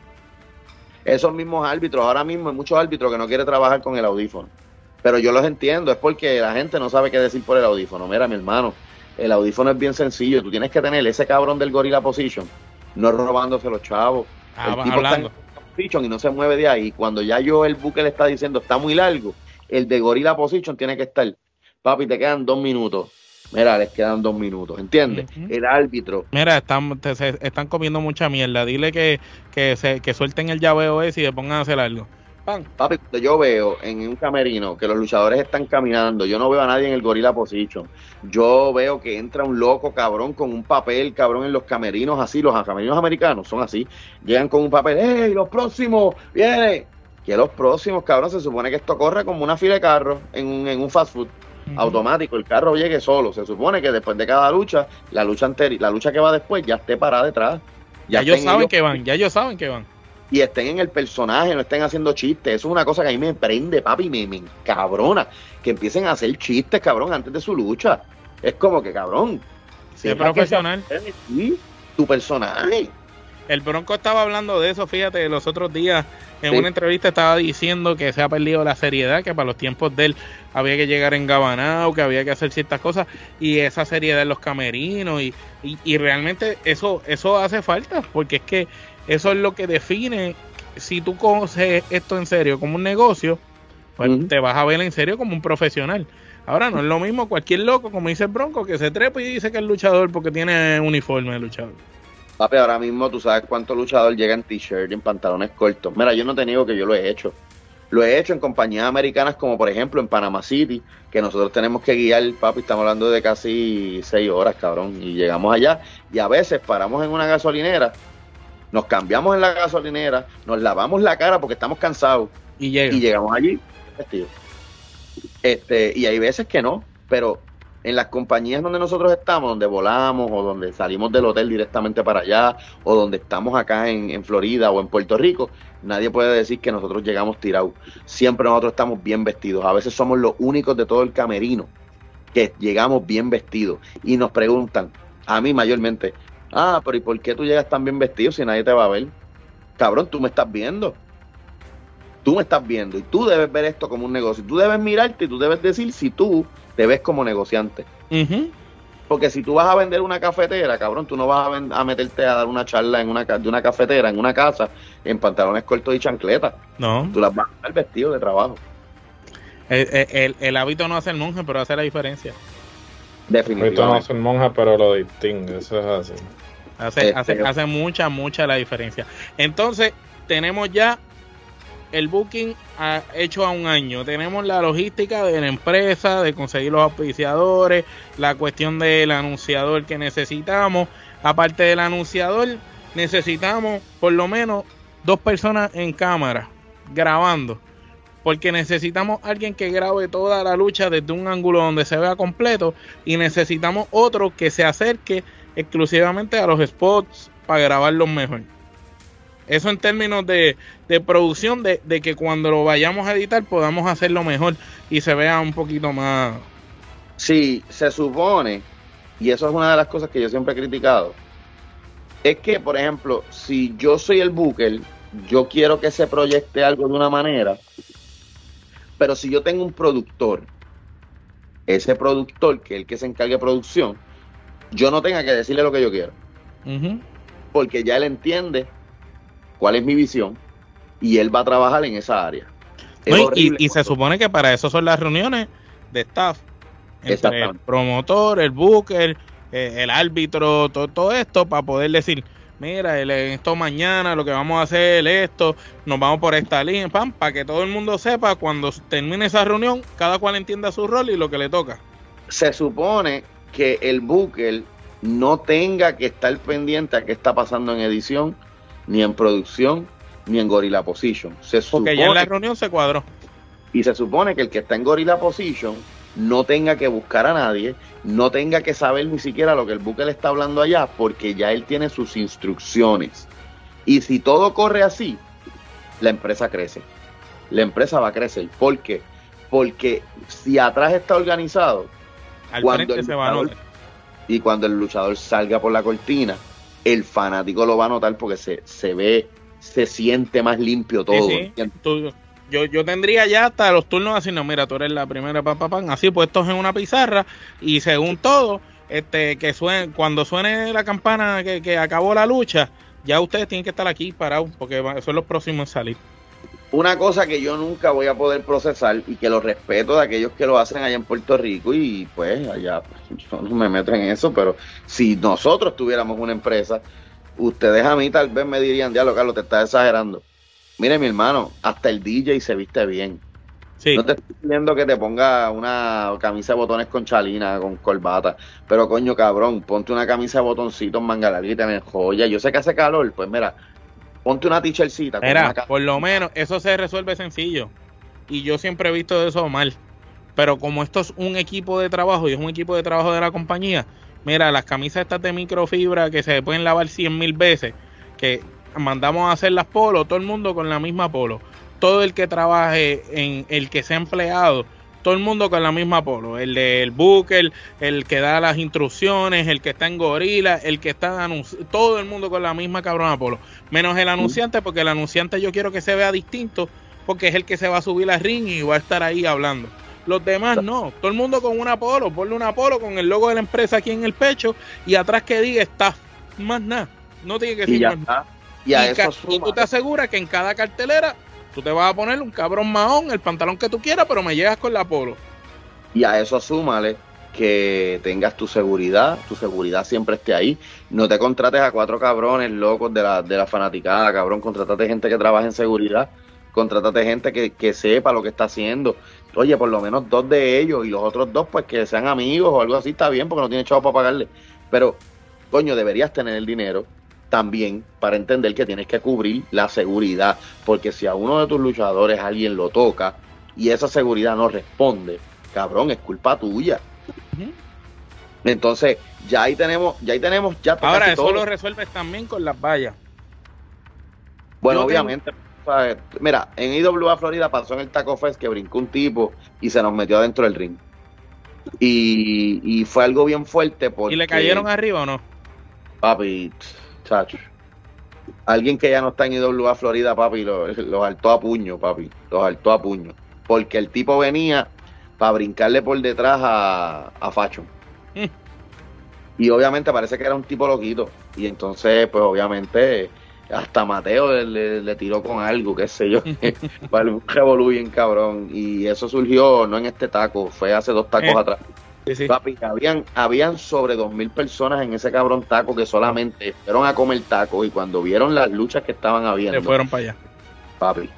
Esos mismos árbitros, ahora mismo hay muchos árbitros que no quieren trabajar con el audífono, pero yo los entiendo, es porque la gente no sabe qué decir por el audífono. Mira, mi hermano, el audífono es bien sencillo, tú tienes que tener ese cabrón del Gorilla Position, no robándose los chavos. Ah, el tipo hablando. está en position y no se mueve de ahí. Cuando ya yo el buque le está diciendo está muy largo, el de Gorilla Position tiene que estar, papi, te quedan dos minutos. Mira, les quedan dos minutos, ¿entiendes? Uh-huh. El árbitro. Mira, están, te, se, están comiendo mucha mierda. Dile que, que, se, que suelten el llaveo ese y se pongan a hacer algo. ¡Pam! Papi, yo veo en un camerino que los luchadores están caminando. Yo no veo a nadie en el Gorilla Position. Yo veo que entra un loco, cabrón, con un papel, cabrón, en los camerinos así. Los camerinos americanos son así. Llegan con un papel. ¡Ey, los próximos! ¡Viene! Que los próximos, cabrón, se supone que esto corre como una fila de carros en un, en un fast food. Uh-huh. Automático, el carro llegue solo. Se supone que después de cada lucha, la lucha anterior, la lucha que va después ya esté parada detrás. Ya, ya ellos saben ellos, que van, ya ellos saben que van. Y estén en el personaje, no estén haciendo chistes. Eso es una cosa que a mí me prende, papi, me, me encabrona. Que empiecen a hacer chistes, cabrón, antes de su lucha. Es como que, cabrón. Es profesional. Sí, tu personaje. El Bronco estaba hablando de eso, fíjate, los otros días en sí. una entrevista estaba diciendo que se ha perdido la seriedad, que para los tiempos de él había que llegar engabanado, que había que hacer ciertas cosas, y esa seriedad en los camerinos, y, y, y realmente eso, eso hace falta, porque es que eso es lo que define si tú coges esto en serio como un negocio, pues uh-huh. te vas a ver en serio como un profesional. Ahora no es lo mismo cualquier loco, como dice el Bronco, que se trepa y dice que es luchador porque tiene uniforme de luchador. Papi, ahora mismo tú sabes cuánto luchador llega en t-shirt y en pantalones cortos. Mira, yo no te niego que yo lo he hecho. Lo he hecho en compañías americanas como por ejemplo en Panama City, que nosotros tenemos que guiar, papi, estamos hablando de casi seis horas, cabrón, y llegamos allá y a veces paramos en una gasolinera, nos cambiamos en la gasolinera, nos lavamos la cara porque estamos cansados y, llega. y llegamos allí vestidos. Este, y hay veces que no, pero en las compañías donde nosotros estamos, donde volamos o donde salimos del hotel directamente para allá o donde estamos acá en, en Florida o en Puerto Rico, nadie puede decir que nosotros llegamos tirados. Siempre nosotros estamos bien vestidos. A veces somos los únicos de todo el camerino que llegamos bien vestidos y nos preguntan, a mí mayormente, ah, pero ¿y por qué tú llegas tan bien vestido si nadie te va a ver? Cabrón, tú me estás viendo. Tú me estás viendo y tú debes ver esto como un negocio. Tú debes mirarte y tú debes decir si tú te ves como negociante. Uh-huh. Porque si tú vas a vender una cafetera, cabrón, tú no vas a, ven- a meterte a dar una charla en una ca- de una cafetera en una casa en pantalones cortos y chancletas. No. Tú las vas a dar vestido de trabajo. El, el, el hábito no hace el monje, pero hace la diferencia. Definitivamente. El hábito no hace el monje, pero lo distingue. Eso es así. Hace, Este- hace, hace mucha, mucha la diferencia. Entonces, tenemos ya el booking a- hecho a un año. Tenemos la logística de la empresa, de conseguir los auspiciadores, la cuestión del anunciador que necesitamos. Aparte del anunciador, necesitamos por lo menos dos personas en cámara grabando, porque necesitamos alguien que grabe toda la lucha desde un ángulo donde se vea completo, y necesitamos otro que se acerque exclusivamente a los spots para grabarlos mejor. Eso en términos de, de producción, de, de que cuando lo vayamos a editar podamos hacerlo mejor y se vea un poquito más. Sí, se supone, y eso es una de las cosas que yo siempre he criticado, es que, por ejemplo, si yo soy el booker, yo quiero que se proyecte algo de una manera, pero si yo tengo un productor, ese productor, que es el que se encargue de producción, yo no tenga que decirle lo que yo quiero, Uh-huh. porque ya él entiende cuál es mi visión y él va a trabajar en esa área. Es No, y, horrible y se cuando- supone que para eso son las reuniones de staff entre el Exactamente. promotor, el booker, eh, el árbitro, todo, todo esto, para poder decir, mira, el, esto mañana lo que vamos a hacer es esto, nos vamos por esta línea, pam, para que todo el mundo sepa cuando termine esa reunión, cada cual entienda su rol y lo que le toca. Se supone que el booker no tenga que estar pendiente a qué está pasando en edición, ni en producción, ni en Gorilla Position. Se Porque ya en la supone, reunión se cuadró. y se supone que el que está en Gorilla Position no tenga que buscar a nadie, no tenga que saber ni siquiera lo que el booker está hablando allá, porque ya él tiene sus instrucciones. Y si todo corre así, la empresa crece. La empresa va a crecer. ¿Por qué? Porque si atrás está organizado, Al Cuando frente el se va a luchador- notar. y cuando el luchador salga por la cortina, el fanático lo va a notar porque se, se ve, se siente más limpio todo. Sí, sí. ¿entiendes? Tú- yo, yo tendría ya hasta los turnos así, no, mira, tú eres la primera, pa, pa, pan, así puestos en una pizarra, y según todo, este, que suene, cuando suene la campana que, que acabó la lucha, ya ustedes tienen que estar aquí parados, porque va- son los próximos en salir. Una cosa que yo nunca voy a poder procesar y que lo respeto de aquellos que lo hacen allá en Puerto Rico, y pues allá pues, yo no me meto en eso, pero si nosotros tuviéramos una empresa, ustedes a mí tal vez me dirían, diablo Carlos, te estás exagerando. Mire mi hermano, hasta el D J se viste bien. Sí, No te estoy pidiendo que te ponga una camisa de botones con chalina, con corbata, pero coño cabrón, ponte una camisa de botoncitos manga larga y tener joya. Yo sé que hace calor, pues mira, ponte una t-shirtcita con mira, una ca- por lo menos eso se resuelve sencillo, y yo siempre he visto eso mal, pero como esto es un equipo de trabajo y es un equipo de trabajo de la compañía, mira, las camisas estas de microfibra que se pueden lavar cien mil veces, que mandamos a hacer las polos, todo el mundo con la misma polo, todo el que trabaje, en el que sea empleado, todo el mundo con la misma polo, el del booker, el que da las instrucciones, el que está en Gorila, el que está anunci- todo el mundo con la misma cabrona polo, menos el anunciante, porque el anunciante yo quiero que se vea distinto, porque es el que se va a subir al ring y va a estar ahí hablando. Los demás no, todo el mundo con una polo, ponle una polo con el logo de la empresa aquí en el pecho y atrás que diga staff, más nada, no tiene que y decir ya más nada. está. Y a Y, ca- eso y tú te suma, aseguras que en cada cartelera tú te vas a poner un cabrón mahón, el pantalón que tú quieras, pero me llegas con la polo. y a eso súmale que tengas tu seguridad, tu seguridad siempre esté ahí. No te contrates a cuatro cabrones locos de la, de la fanaticada, cabrón. Contratate gente que trabaje en seguridad. Contratate gente que, que sepa lo que está haciendo. Oye, por lo menos dos de ellos y los otros dos, pues que sean amigos o algo así, está bien, porque no tiene chavo para pagarle. Pero, coño, deberías tener el dinero también para entender que tienes que cubrir la seguridad. Porque si a uno de tus luchadores alguien lo toca y esa seguridad no responde, cabrón, es culpa tuya. Ujú. Entonces, ya ahí tenemos, ya ahí tenemos, ya Ahora, casi eso todo. lo resuelves también con las vallas. Bueno, yo obviamente, ¿sabes? Mira, en I W A Florida pasó en el Taco Fest que brincó un tipo y se nos metió adentro del ring. Y, y fue algo bien fuerte porque... ¿Y le cayeron arriba o no? Papi, chacho. Alguien que ya no está en I W A Florida, papi, lo- los saltó a puño, papi. Los saltó a puño. Porque el tipo venía para brincarle por detrás a, a Facho. Mm. Y obviamente parece que era un tipo loquito. Y entonces, pues obviamente, hasta Mateo le, le- le tiró con algo, qué sé yo. Para un revolú bien cabrón. Y eso surgió no en este taco, fue hace dos tacos Eh. atrás. Sí, sí. Papi, habían, habían sobre dos mil personas en ese cabrón taco que solamente fueron a comer tacos y cuando vieron las luchas que estaban habiendo, Se fueron para allá. papi.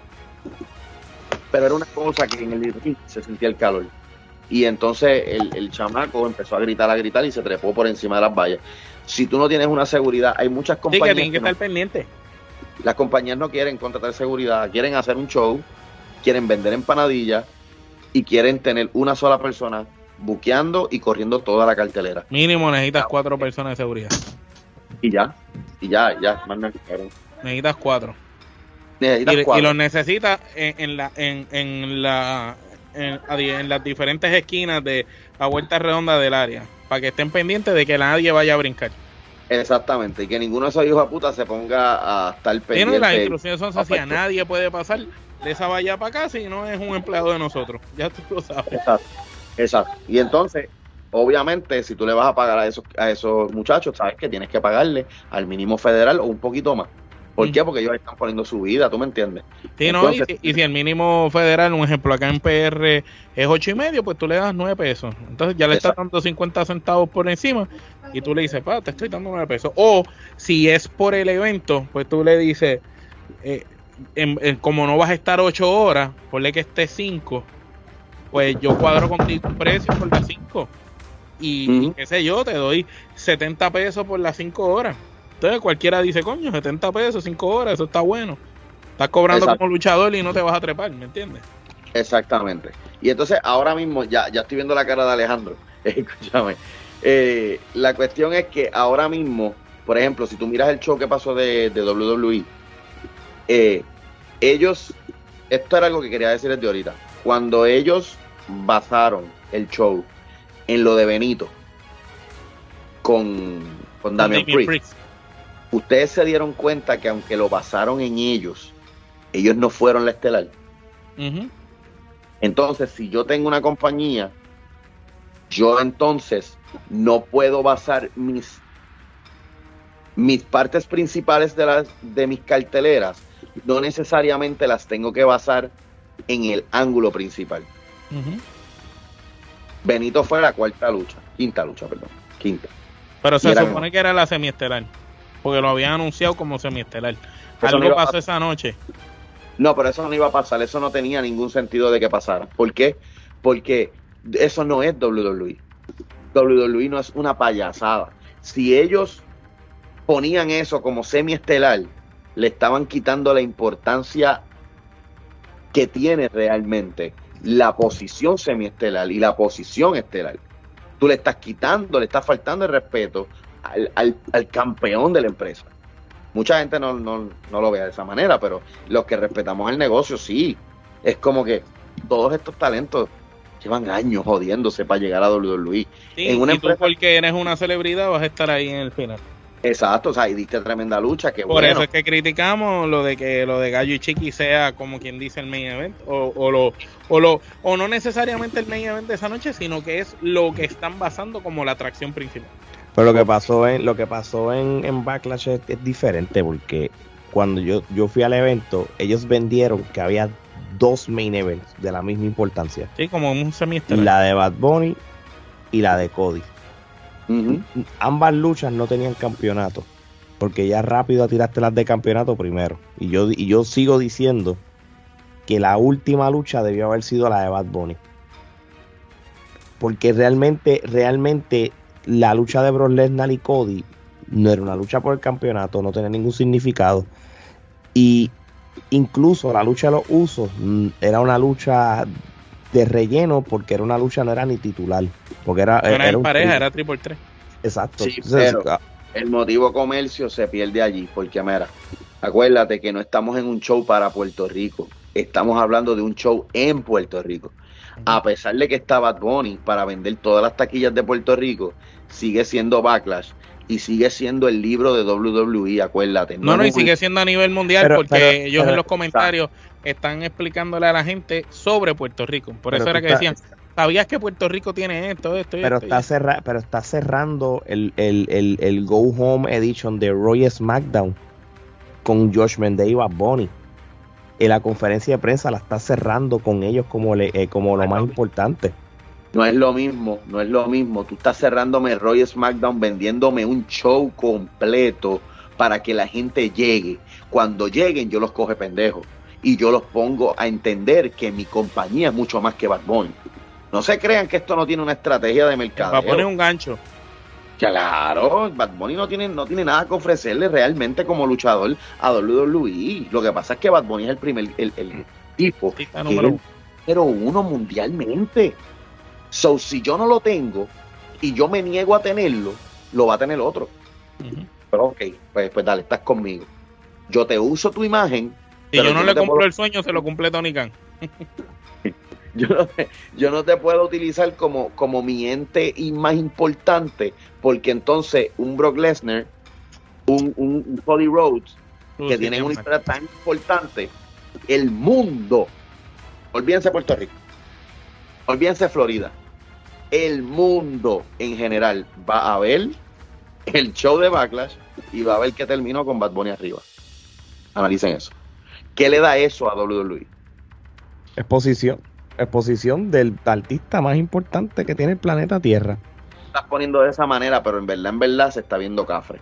Pero era una cosa que en el ring se sentía el calor. Y entonces el, el chamaco empezó a gritar, a gritar y se trepó por encima de las vallas. Si tú no tienes una seguridad, hay muchas Sí, compañías que tienen que que no- estar pendientes. las compañías no quieren contratar seguridad, quieren hacer un show, quieren vender empanadillas y quieren tener una sola persona buqueando y corriendo toda la cartelera. Mínimo necesitas cuatro personas de seguridad. Y ya, y ya, ya, más nada, cabrón. Necesitas cuatro. Necesitas Y, y cuatro. los necesitas en, en la en, en la en, en las diferentes esquinas de la vuelta redonda del área para que estén pendientes de que nadie vaya a brincar. Exactamente, y que ninguno de esos hijos de puta se ponga a estar Sí, no, pendiente. y las instrucciones son así, Perfecto. nadie puede pasar de esa valla para acá si no es un empleado de nosotros. Ya tú lo sabes. Exacto, exacto. Y entonces, obviamente, si tú le vas a pagar a esos, a esos muchachos, sabes que tienes que pagarle al mínimo federal o un poquito más. ¿Por Mm. qué? Porque ellos están poniendo su vida, ¿tú me entiendes? Sí, no, y, Entonces- si- y si el mínimo federal, un ejemplo, acá en P R es ocho y medio, pues tú le das nueve pesos. Entonces ya le estás Exacto. dando cincuenta centavos por encima y tú le dices, pa, te estoy dando nueve pesos. O si es por el evento, pues tú le dices, eh, en- en- como no vas a estar ocho horas, ponle que esté cinco, pues yo cuadro contigo un precio por las cinco. Y, y Ujú. qué sé yo, te doy setenta pesos por las cinco horas. Entonces cualquiera dice, coño, setenta pesos, cinco horas, eso está bueno. Estás cobrando Exacto. como luchador y no te vas a trepar, ¿me entiendes? Exactamente. Y entonces ahora mismo, ya, ya estoy viendo la cara de Alejandro. Escúchame. Eh, la cuestión es que ahora mismo, por ejemplo, si tú miras el show que pasó de, de W W E, eh, ellos, esto era algo que quería decir desde ahorita. Cuando ellos basaron el show en lo de Benito con, con Damian Damian Priest, Priest. ustedes se dieron cuenta que aunque lo basaron en ellos, ellos no fueron la estelar. Ujú. Entonces, si yo tengo una compañía, yo entonces no puedo basar mis mis partes principales de las de mis carteleras, no necesariamente las tengo que basar en el ángulo principal. Ujú. Benito fue la cuarta lucha, quinta lucha, perdón, quinta. Pero Y se eran- supone que era la semiestelar, porque lo habían anunciado como semiestelar. no Algo iba a pasó pasar. esa noche. No, pero eso no iba a pasar, eso no tenía ningún sentido de que pasara. ¿Por qué? Porque eso no es W W E. W W E no es una payasada. Si ellos ponían eso como semiestelar, le estaban quitando la importancia que tiene realmente la posición semiestelar y la posición estelar. Tú le estás quitando, le estás faltando el respeto al, al, al campeón de la empresa. Mucha gente no, no, no lo ve de esa manera, pero los que respetamos el negocio, sí. Es como que todos estos talentos llevan años jodiéndose para llegar a W W E. Sí, En una y tú empresa- porque eres una celebridad vas a estar ahí en el final. Exacto, o sea, y diste tremenda lucha, que Por bueno. eso es que criticamos lo de que lo de Gallo y Chiqui sea como quien dice el main event o, o lo o lo o no necesariamente el main event de esa noche, sino que es lo que están basando como la atracción principal. Pero lo que pasó en lo que pasó en, en Backlash es, es diferente porque cuando yo, yo fui al evento, ellos vendieron que había dos main events de la misma importancia. Sí, como un semiestelar. La de Bad Bunny y la de Cody. Ujú. Ambas luchas no tenían campeonato, porque ya rápido tiraste las de campeonato primero. Y yo, y yo sigo diciendo que la última lucha debió haber sido la de Bad Bunny. Porque realmente, realmente la lucha de Brock Lesnar y Cody no era una lucha por el campeonato, no tenía ningún significado. Y incluso la lucha de los usos mm, era una lucha de relleno, porque era una lucha, no era ni titular, porque era, No era, era en un pareja, tri- era triple tres. exacto. Sí, Entonces, pero- ah, El motivo comercio se pierde allí, porque mira, acuérdate que no estamos en un show para Puerto Rico, estamos hablando de un show en Puerto Rico. A pesar de que está Bad Bunny para vender todas las taquillas de Puerto Rico, sigue siendo Backlash y sigue siendo el libro de W W E, acuérdate. No, no, es y un- sigue siendo a nivel mundial Pero- porque pero- ellos pero- en los comentarios están explicándole a la gente sobre Puerto Rico. Por Pero eso era tú que estás- decían, ¿sabías que Puerto Rico tiene esto, esto y pero esto? y está esto? cerra, pero está cerrando el, el, el, el Go Home Edition de Roy SmackDown con Josh Mendez y Bad Bunny. En la conferencia de prensa la está cerrando con ellos como le, eh, como lo más importante. No es lo mismo, no es lo mismo. Tú estás cerrándome Raw y SmackDown, vendiéndome un show completo para que la gente llegue. Cuando lleguen, yo los coge pendejos. Y yo los pongo a entender que mi compañía es mucho más que Bad Bunny. No se crean que esto no tiene una estrategia de mercado. Bad Bunny es un gancho. Claro, Bad Bunny no tiene, no tiene nada que ofrecerle realmente como luchador a doble u doble u E. Lo que pasa es que Bad Bunny es el primer, el, el tipo Sí, que número es el número uno mundialmente. So, si yo no lo tengo y yo me niego a tenerlo, lo va a tener otro. Uh-huh. Pero ok, pues, pues dale, estás conmigo. Yo te uso tu imagen. Si pero yo no yo le te cumplo puedo- el sueño, se lo cumple Tony Khan. Yo no, te, yo no te puedo utilizar como, como mi ente y más importante, porque entonces un Brock Lesnar, un, un, un Cody Rhodes, Tú, que sí, tienen una siempre. historia tan importante, el mundo, olvídense Puerto Rico, olvídense Florida, el mundo en general va a ver el show de Backlash y va a ver que terminó con Bad Bunny arriba. Analicen eso. ¿Qué le da eso a doble u doble u E? Exposición. Exposición del artista más importante que tiene el planeta Tierra. Estás poniendo de esa manera, pero en verdad, en verdad se está viendo cafre.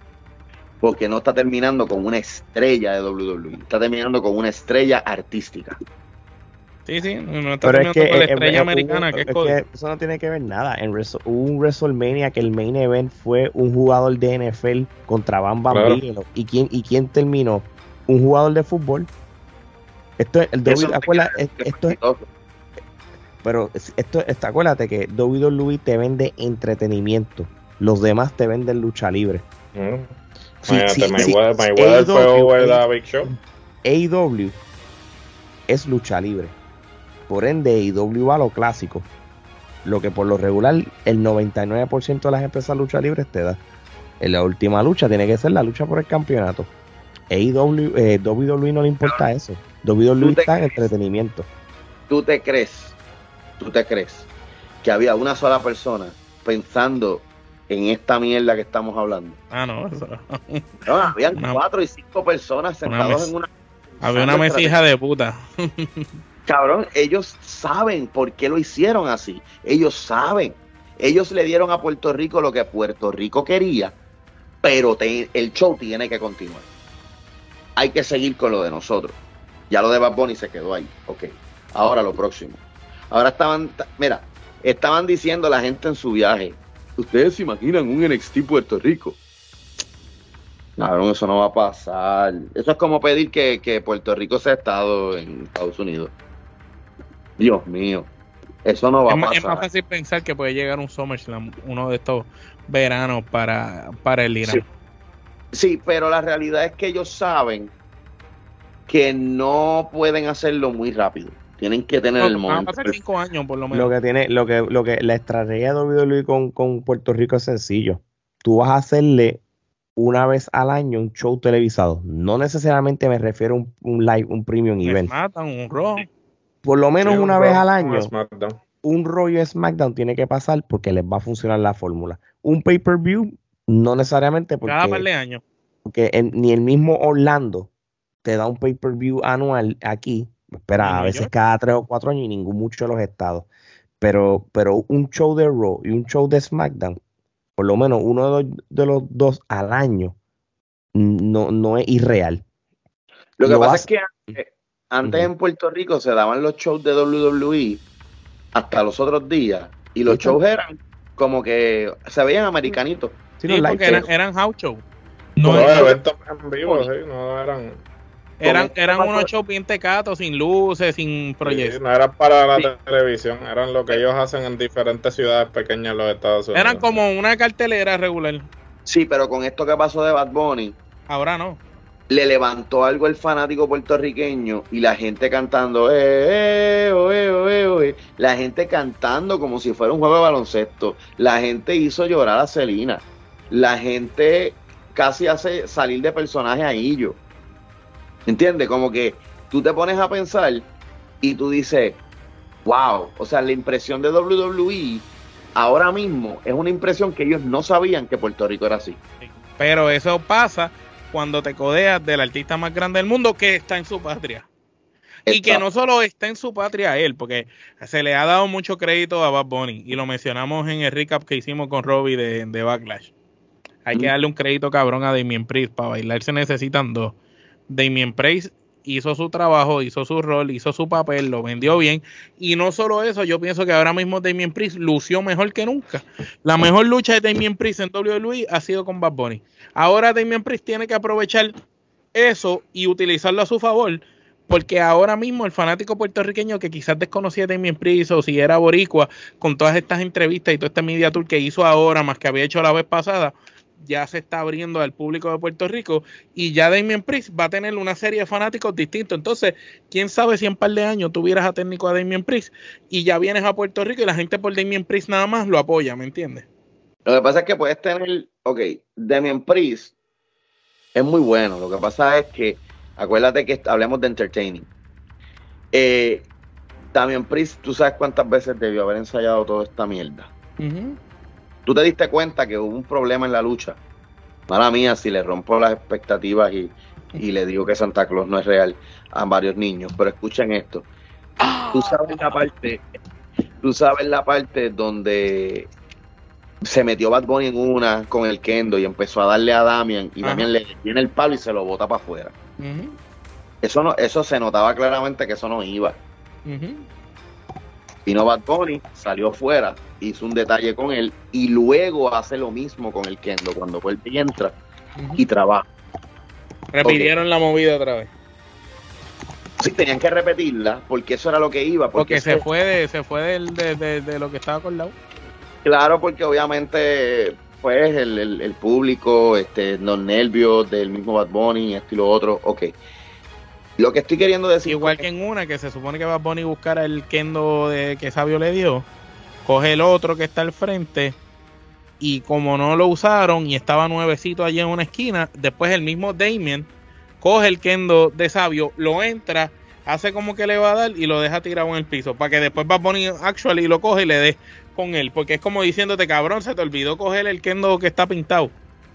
Porque no está terminando con una estrella de doble u doble u E, está terminando con una estrella artística. Sí, sí, no está Pero es terminando que, con la eh, estrella eh, americana, hubo- que es es Cody. que eso no tiene que ver nada. En Wrestle- hubo un WrestleMania que el main event fue un jugador de N F L contra Bam Bam Claro. Bigelow. ¿Y quién, ¿Y quién terminó? Un jugador de fútbol. Esto es el Eso W, no te acuérdate, queda- es- esto es, exitoso. pero es- esto, esto, acuérdate que doble u doble u E te vende entretenimiento. Los demás te venden lucha libre. Mm. Sí, Imagínate, sí, sí. Mayweather, Mayweather fue A E W, over the Big Show. A E W es lucha libre. Por ende, A E W va a lo clásico. Lo que por lo regular el noventa y nueve por ciento de las empresas lucha libres te da. En la última lucha tiene que ser la lucha por el campeonato. A E W, eh, doble u doble u E no le importa eso. doble u doble u E ¿Tú te está en crees? entretenimiento. ¿Tú te crees? ¿Tú te crees que había una sola persona pensando en esta mierda que estamos hablando? Ah, no, eso. No, habían Una- cuatro y cinco personas una sentados mes- en una... Había una pensando mesija de puta. Cabrón, ellos saben por qué lo hicieron así. Ellos saben. Ellos le dieron a Puerto Rico lo que Puerto Rico quería, pero te- el show tiene que continuar. Hay que seguir con lo de nosotros. Ya lo de Bad Bunny se quedó ahí. Ok. Ahora lo próximo. Ahora estaban, mira, estaban diciendo la gente en su viaje, ¿ustedes se imaginan un N X T Puerto Rico? Cabrón, eso no va a pasar. Eso es como pedir que, que Puerto Rico sea estado en Estados Unidos. Dios mío, eso no va Es, a ma- pasar. es más fácil pensar que puede llegar un SummerSlam, uno de estos veranos para, para el Irán. Sí. Sí, pero la realidad es que ellos saben que no pueden hacerlo muy rápido. Tienen que tener No, el van a momento. pasar cinco años por lo menos. Lo que tiene, lo que, lo que la estrategia de doble u doble u E con, con Puerto Rico es sencillo. Tú vas a hacerle una vez al año un show televisado. No necesariamente me refiero a un, un live, un premium Un event. SmackDown, un Raw. Por lo menos Sí, una un vez Raw, al un año, SmackDown. un Raw y SmackDown tiene que pasar porque les va a funcionar la fórmula. Un pay-per-view, no necesariamente porque, Cada par de años. porque en- ni el mismo Orlando te da un pay-per-view anual aquí. Espera, ¿En a Nueva veces York? cada tres o cuatro años y ningún mucho de los estados. Pero, pero un show de Raw y un show de SmackDown, por lo menos uno de los, de los dos al año, no, no es irreal. Lo que Lo pasa hace- es que antes, antes Ujú. en Puerto Rico se daban los shows de doble u doble u E hasta los otros días y los Exacto. shows eran como que se veían americanitos. Sí, Sí, los live porque eran, shows. eran house show. No, No, los no, eventos en vivo, sí, no eran, eran, como- eran como- unos shows bien tecatos, sin luces, sin sí, proyección. no eran para la Sí. televisión, eran lo que ellos hacen en diferentes ciudades pequeñas en los Estados Unidos. Eran como una cartelera regular. Sí, pero con esto que pasó de Bad Bunny, Ahora no. le levantó algo el fanático puertorriqueño y la gente cantando, eh, eh, oh, eh, oh, eh, oh, eh. La gente cantando como si fuera un juego de baloncesto. La gente hizo llorar a Selena. La gente casi hace salir de personaje a Illo. ¿Entiendes? Como que tú te pones a pensar y tú dices, wow, o sea, la impresión de doble u doble u E ahora mismo es una impresión que ellos no sabían que Puerto Rico era así. Pero eso pasa cuando te codeas del artista más grande del mundo que está en su patria. Y que no solo está en su patria él, porque se le ha dado mucho crédito a Bad Bunny, y lo mencionamos en el recap que hicimos con Robbie de, de Backlash. Hay mm. que darle un crédito cabrón a Damien Priest. Para bailar se necesitan dos. Damien Priest hizo su trabajo, hizo su rol, hizo su papel, lo vendió bien. Y no solo eso, yo pienso que ahora mismo Damien Priest lució mejor que nunca. La mejor lucha de Damien Priest en doble u doble u E ha sido con Bad Bunny. Ahora Damien Priest tiene que aprovechar eso y utilizarlo a su favor, porque ahora mismo el fanático puertorriqueño que quizás desconocía a Damien Priest o si era boricua, con todas estas entrevistas y todo este media tour que hizo ahora, más que había hecho la vez pasada, ya se está abriendo al público de Puerto Rico y ya Damien Priest va a tener una serie de fanáticos distintos. Entonces, quién sabe si en un par de años tuvieras a técnico a Damien Priest y ya vienes a Puerto Rico y la gente por Damien Priest nada más lo apoya, ¿me entiendes? Lo que pasa es que puedes tener, ok, Damien Priest es muy bueno. Lo que pasa es que acuérdate que hablemos de entertaining. Eh, Damien Priest, ¿tú sabes cuántas veces debió haber ensayado toda esta mierda? Uh-huh. ¿Tú te diste cuenta que hubo un problema en la lucha? Mala mía si le rompo las expectativas y, y le digo que Santa Claus no es real a varios niños, pero escuchen esto. Tú sabes la parte, tú sabes la parte donde se metió Bad Bunny en una con el Kendo y empezó a darle a Damian y Ajá. Damian le tiene el palo y se lo bota para afuera. Uh-huh. Eso no, eso se notaba claramente que eso no iba. Uh-huh. Vino Bad Bunny, salió fuera, hizo un detalle con él y luego hace lo mismo con el Kendo cuando vuelve y entra uh-huh. y trabaja. Repitieron okay. la movida otra vez. Sí, tenían que repetirla porque eso era lo que iba. Porque, porque se, fue de, se fue del, de, de, de lo que estaba acordado. Claro, porque obviamente pues el, el, el público, este, los nervios del mismo Bad Bunny, esto y lo otro, ok. Lo que estoy queriendo decir... Igual que en una, que se supone que Bad Bunny buscara el Kendo de, que Sabio le dio, coge el otro que está al frente, y como no lo usaron, y estaba nuevecito allí en una esquina, después el mismo Damien coge el Kendo de Sabio, lo entra, hace como que le va a dar, y lo deja tirado en el piso, para que después Bad Bunny actually lo coge y le dé con él, porque es como diciéndote, cabrón, se te olvidó coger el Kendo que está pintado.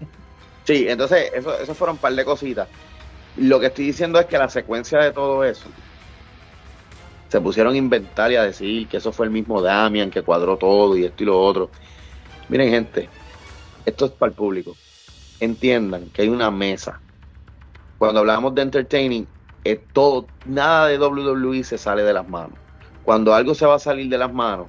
Sí, entonces, eso, eso fueron un par de cositas. Lo que estoy diciendo es que la secuencia de todo eso, se pusieron a inventar y a decir que eso fue el mismo Damian que cuadró todo y esto y lo otro. Miren, gente, esto es para el público. Entiendan que hay una mesa. Cuando hablamos de entertaining, es todo, nada de doble u doble u E se sale de las manos. Cuando algo se va a salir de las manos,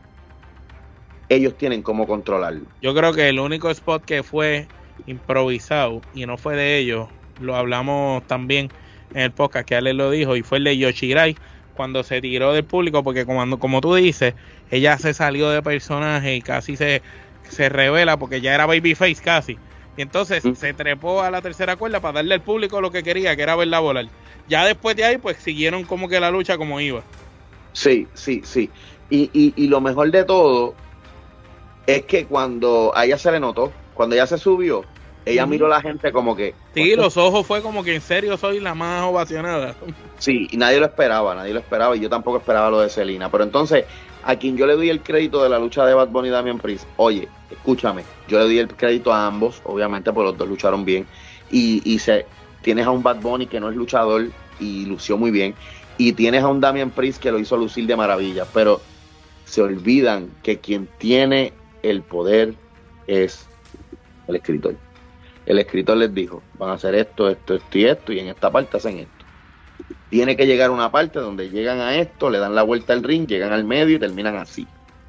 ellos tienen cómo controlarlo. Yo creo que el único spot que fue improvisado y no fue de ellos, lo hablamos también en el podcast que Ale lo dijo, y fue el de Yoshirai cuando se tiró del público, porque como, como tú dices, ella se salió de personaje y casi se, se revela porque ya era babyface casi, y entonces ¿Mm? se trepó a la tercera cuerda para darle al público lo que quería, que era verla volar. Ya después de ahí pues siguieron como que la lucha como iba. Sí, sí, sí, y, y, y lo mejor de todo es que cuando a ella se le notó, cuando ella se subió, ella uh-huh. miró a la gente como que... Sí, los ojos fue como que en serio soy la más ovacionada. Sí, y nadie lo esperaba, nadie lo esperaba, y yo tampoco esperaba lo de Selena. Pero entonces, a quien yo le doy el crédito de la lucha de Bad Bunny y Damian Priest, oye, escúchame, yo le doy el crédito a ambos, obviamente, porque los dos lucharon bien, y, y se, tienes a un Bad Bunny que no es luchador y lució muy bien, y tienes a un Damian Priest que lo hizo lucir de maravilla, pero se olvidan que quien tiene el poder es el escritor. El escritor les dijo, van a hacer esto, esto, esto y esto, y en esta parte hacen esto. Tiene que llegar a una parte donde llegan a esto, le dan la vuelta al ring, llegan al medio y terminan así.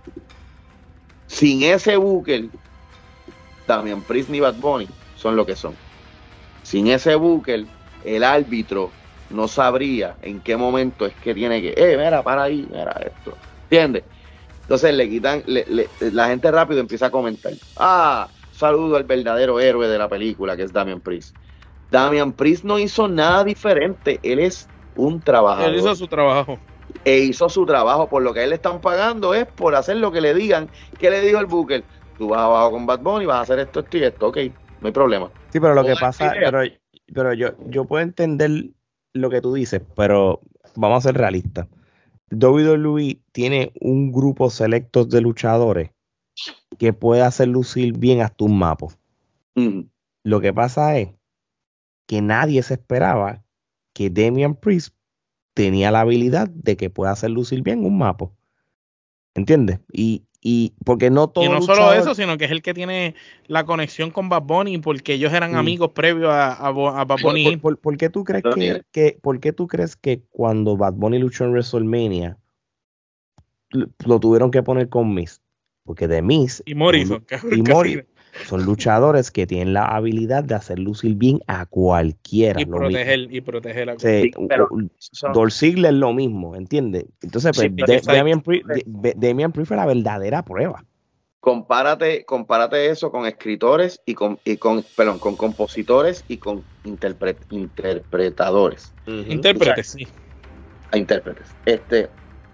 Sin ese booker, Damian Priest ni Bad Bunny son lo que son. Sin ese booker, el árbitro no sabría en qué momento es que tiene que, eh, mira, para ahí, mira esto. ¿Entiendes? Entonces le quitan, le, le, la gente rápido empieza a comentar, ah, saludo al verdadero héroe de la película, que es Damian Priest. Damian Priest no hizo nada diferente, él es un trabajador. Él hizo su trabajo. E hizo su trabajo, por lo que a él le están pagando es por hacer lo que le digan. ¿Qué le dijo el Booker? Tú vas abajo con Bad Bunny, vas a hacer esto, esto y esto, ok, no hay problema. Sí, pero lo que pasa, pero, pero yo, yo puedo entender lo que tú dices, pero vamos a ser realistas. doble u doble u E tiene un grupo selecto de luchadores que puede hacer lucir bien hasta un mapa. Mm. Lo que pasa es que nadie se esperaba que Damian Priest tenía la habilidad de que pueda hacer lucir bien un mapa. ¿Entiendes? Y, y porque no todo Y no luchador, solo eso, sino que es el que tiene la conexión con Bad Bunny, porque ellos eran sí. amigos previos a, a, a Bad ¿Por, Bunny. por, por, por qué tú crees Lo que, tiene. que, por qué tú crees que cuando Bad Bunny luchó en WrestleMania lo, lo tuvieron que poner con Miz? Porque de Miz Y Morrison, que y casi- Mori son luchadores que tienen la habilidad de hacer lucir bien a cualquiera. y Lo mismo. proteger, y proteger la Sí, Sí, pero u- u- son- Dolph Ziggler es lo mismo, ¿entiendes? Entonces, Sí, pues, pero Da- exacto. Damian Priest de- de- Damian Priest fue la verdadera prueba. compárate, compárate eso con escritores y con, y con, perdón, con compositores y con interpre- interpretadores. intérprete, sí. A intérpretes. Este,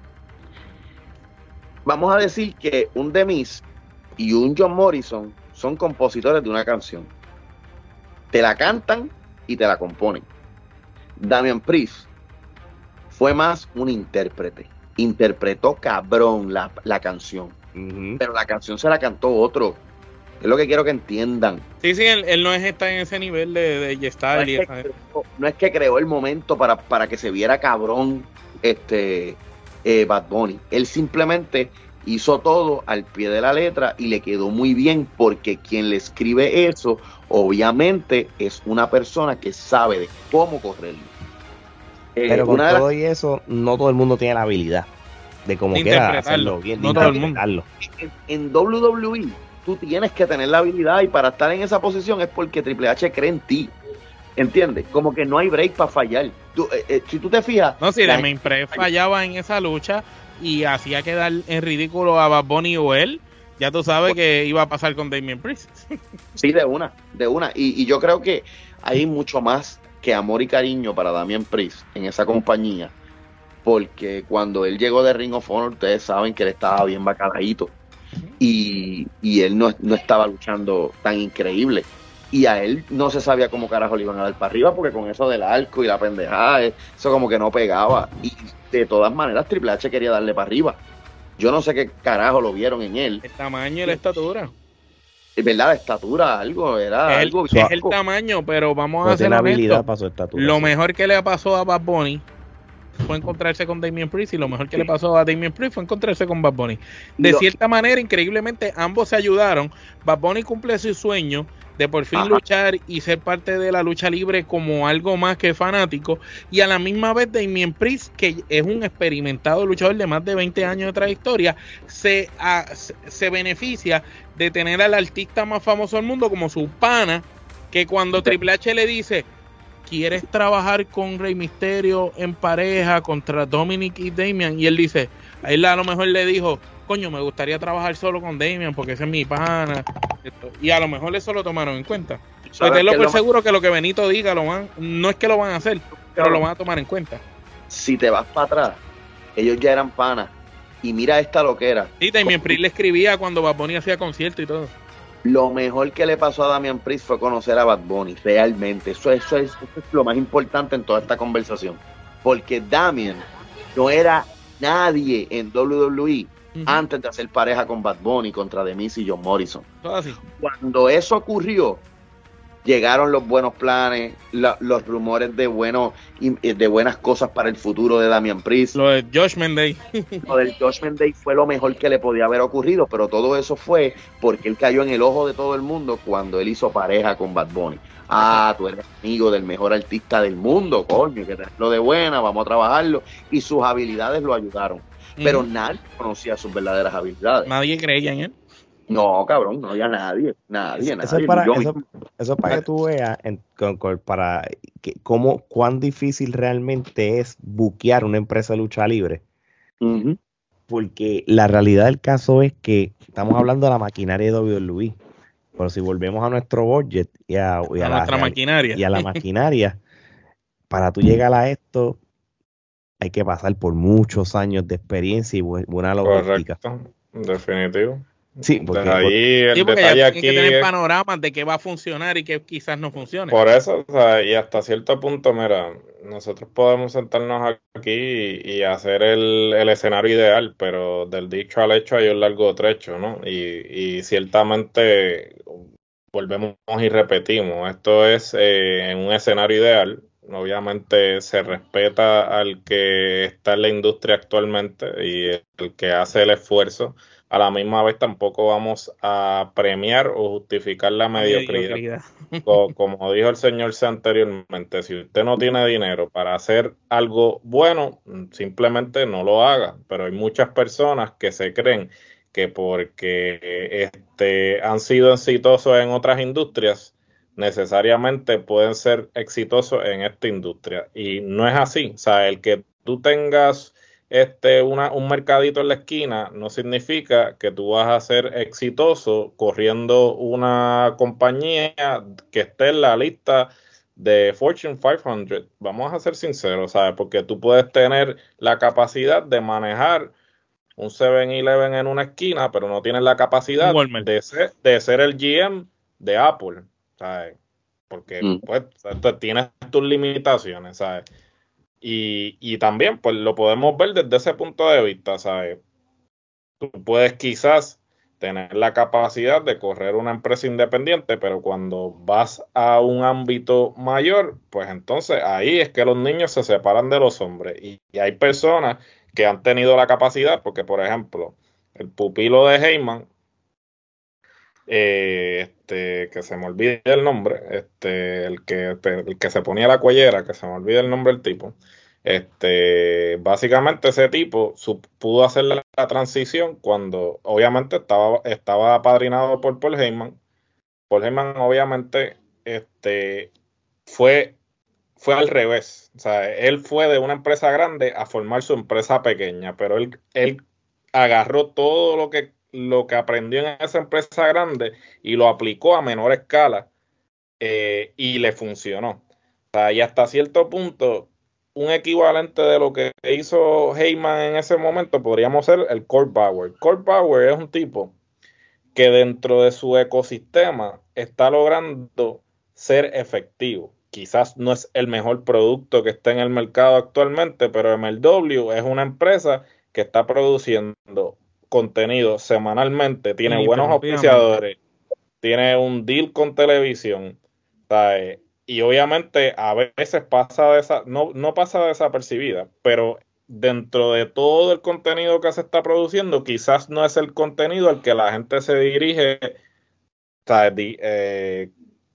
vamos a decir que un The Miz y un John Morrison son compositores de una canción. Te la cantan y te la componen. Damian Priest fue más un intérprete. Interpretó cabrón la, la canción. Ujú. Pero la canción se la cantó otro. Es lo que quiero que entiendan. Sí, sí, él, él no es, está en ese nivel de, de No G-Style es, y que esa- creó, no es que creó el momento para, para que se viera cabrón este eh, Bad Bunny. Él simplemente hizo todo al pie de la letra y le quedó muy bien porque quien le escribe eso, obviamente, es una persona que sabe de cómo correrlo. Eh, Pero con una de las- todo y eso, no todo el mundo tiene la habilidad de como De quiera interpretarlo. hacerlo bien, No de todo el mundo. interpretarlo. en, en doble u doble u E tú tienes que tener la habilidad y para estar en esa posición es porque Triple H cree en ti. ¿Entiendes? Como que no hay break para fallar. Tú, eh, eh, si tú te fijas... No, si la Damian Priest fallaba en esa lucha y hacía quedar en ridículo a Bad Bunny o él, ya tú sabes que iba a pasar con Damian Priest. Sí, de una, de una. Y, y yo creo que hay mucho más que amor y cariño para Damian Priest en esa compañía, porque cuando él llegó de Ring of Honor, ustedes saben que él estaba bien bacalajito y, y él no, no estaba luchando tan increíble. Y a él no se sabía cómo carajo le iban a dar para arriba, porque con eso del arco y la pendejada, eso como que no pegaba. Y de todas maneras, Triple H quería darle para arriba. Yo no sé qué carajo lo vieron en él. El tamaño y la estatura. Es verdad, la estatura, algo, era Es el, algo es el bizarro. tamaño, pero vamos a No hacer tiene habilidad honestos. para su estatura. Lo sí. mejor que le pasó a Bad Bunny fue encontrarse con Damian Priest y lo mejor que le pasó a Damian Priest fue encontrarse con Bad Bunny. De Lo- cierta manera, increíblemente, ambos se ayudaron. Bad Bunny cumple su sueño de por fin Ajá. luchar y ser parte de la lucha libre como algo más que fanático, y a la misma vez Damian Priest, que es un experimentado luchador de más de veinte años de trayectoria, se, a, se, se beneficia de tener al artista más famoso del mundo como su pana, que cuando Triple H le dice: ¿quieres trabajar con Rey Mysterio en pareja contra Dominic y Damian? Y él dice, a él a lo mejor le dijo, coño, me gustaría trabajar solo con Damian porque ese es mi pana. Esto. Y a lo mejor eso lo tomaron en cuenta. Pues ¿Sabes tenlo qué es por lo más- seguro que lo que Benito diga, lo van, no es que lo van a hacer, pero lo van a tomar en cuenta. Si te vas para atrás, ellos ya eran panas. Y mira esta loquera. Sí, Damian Priest le escribía cuando Bad Bunny hacía conciertos y todo. Lo mejor que le pasó a Damian Priest fue conocer a Bad Bunny, realmente. Eso, eso, es, eso es lo más importante en toda esta conversación. Porque Damian no era nadie en doble u doble u E Ujú. antes de hacer pareja con Bad Bunny contra The Miz y John Morrison. Todo así. Cuando eso ocurrió, llegaron los buenos planes, la- los rumores de, bueno, de buenas cosas para el futuro de Damian Priest. Lo de Judgment Day. Lo del Judgment Day fue lo mejor que le podía haber ocurrido, pero todo eso fue porque él cayó en el ojo de todo el mundo cuando él hizo pareja con Bad Bunny. Ah, tú eres amigo del mejor artista del mundo, coño, que lo de buena, vamos a trabajarlo. Y sus habilidades lo ayudaron. Pero Ujú. nadie conocía sus verdaderas habilidades. Nadie creía en él. No, cabrón, no había nadie, nadie, nadie. Eso es para, Yo eso, mismo. eso es para que tú veas en- con- con- para que, cómo, cuán difícil realmente es buquear una empresa de lucha libre. Ujú. Porque la realidad del caso es que estamos hablando de la maquinaria de doble u doble u E. Pero si volvemos a nuestro budget y a, y a A la, nuestra real- maquinaria. y a la maquinaria, para tú llegar a esto, hay que pasar por muchos años de experiencia y bu- buena logística. Correcto, definitivo. Sí, porque, Desde ahí el Sí, porque ya detalle tienen aquí que tener es- panoramas de qué va a funcionar y qué quizás no funcione. por eso, o sea, y hasta cierto punto, mira, nosotros podemos sentarnos aquí y, y hacer el, el escenario ideal, pero del dicho al hecho hay un largo trecho, ¿no? Y, y ciertamente volvemos y repetimos, esto es eh, en un escenario ideal, obviamente se respeta al que está en la industria actualmente y el que hace el esfuerzo. A la misma vez tampoco vamos a premiar o justificar la mediocridad. mediocridad. Como, como dijo el señor C anteriormente, si usted no tiene dinero para hacer algo bueno, simplemente no lo haga. Pero hay muchas personas que se creen que porque este, han sido exitosos en otras industrias, necesariamente pueden ser exitosos en esta industria. Y no es así. O sea, el que tú tengas este, una, un mercadito en la esquina no significa que tú vas a ser exitoso corriendo una compañía que esté en la lista de Fortune quinientos. Vamos a ser sinceros, ¿sabes? Porque tú puedes tener la capacidad de manejar un seven eleven en una esquina, pero no tienes la capacidad de ser, de ser el G M de Apple, ¿sabes? Porque mm. pues tienes tus limitaciones, ¿sabes? Y, y también pues lo podemos ver desde ese punto de vista, ¿sabes? Tú puedes quizás tener la capacidad de correr una empresa independiente, pero cuando vas a un ámbito mayor, pues entonces ahí es que los niños se separan de los hombres. Y, y hay personas que han tenido la capacidad, porque por ejemplo, el pupilo de Heyman, eh, este, que se me olvide el nombre, este, el que, el que se ponía la cuellera, que se me olvide el nombre del tipo, este, básicamente ese tipo su, pudo hacer la, la transición cuando obviamente estaba, estaba apadrinado por Paul Heyman. Paul Heyman obviamente este, fue, fue al revés, o sea, él fue de una empresa grande a formar su empresa pequeña, pero él, él agarró todo lo que lo que aprendió en esa empresa grande y lo aplicó a menor escala eh, y le funcionó. O sea, y hasta cierto punto, un equivalente de lo que hizo Heyman en ese momento podríamos ser el Court Bauer. Court Bauer es un tipo que dentro de su ecosistema está logrando ser efectivo. Quizás no es el mejor producto que está en el mercado actualmente, pero M L W es una empresa que está produciendo contenido semanalmente, tiene sí, buenos auspiciadores, tiene un deal con televisión, ¿sabes? Y obviamente a veces pasa esa, no, no pasa desapercibida, pero dentro de todo el contenido que se está produciendo, quizás no es el contenido al que la gente se dirige, ¿sabes? De, eh,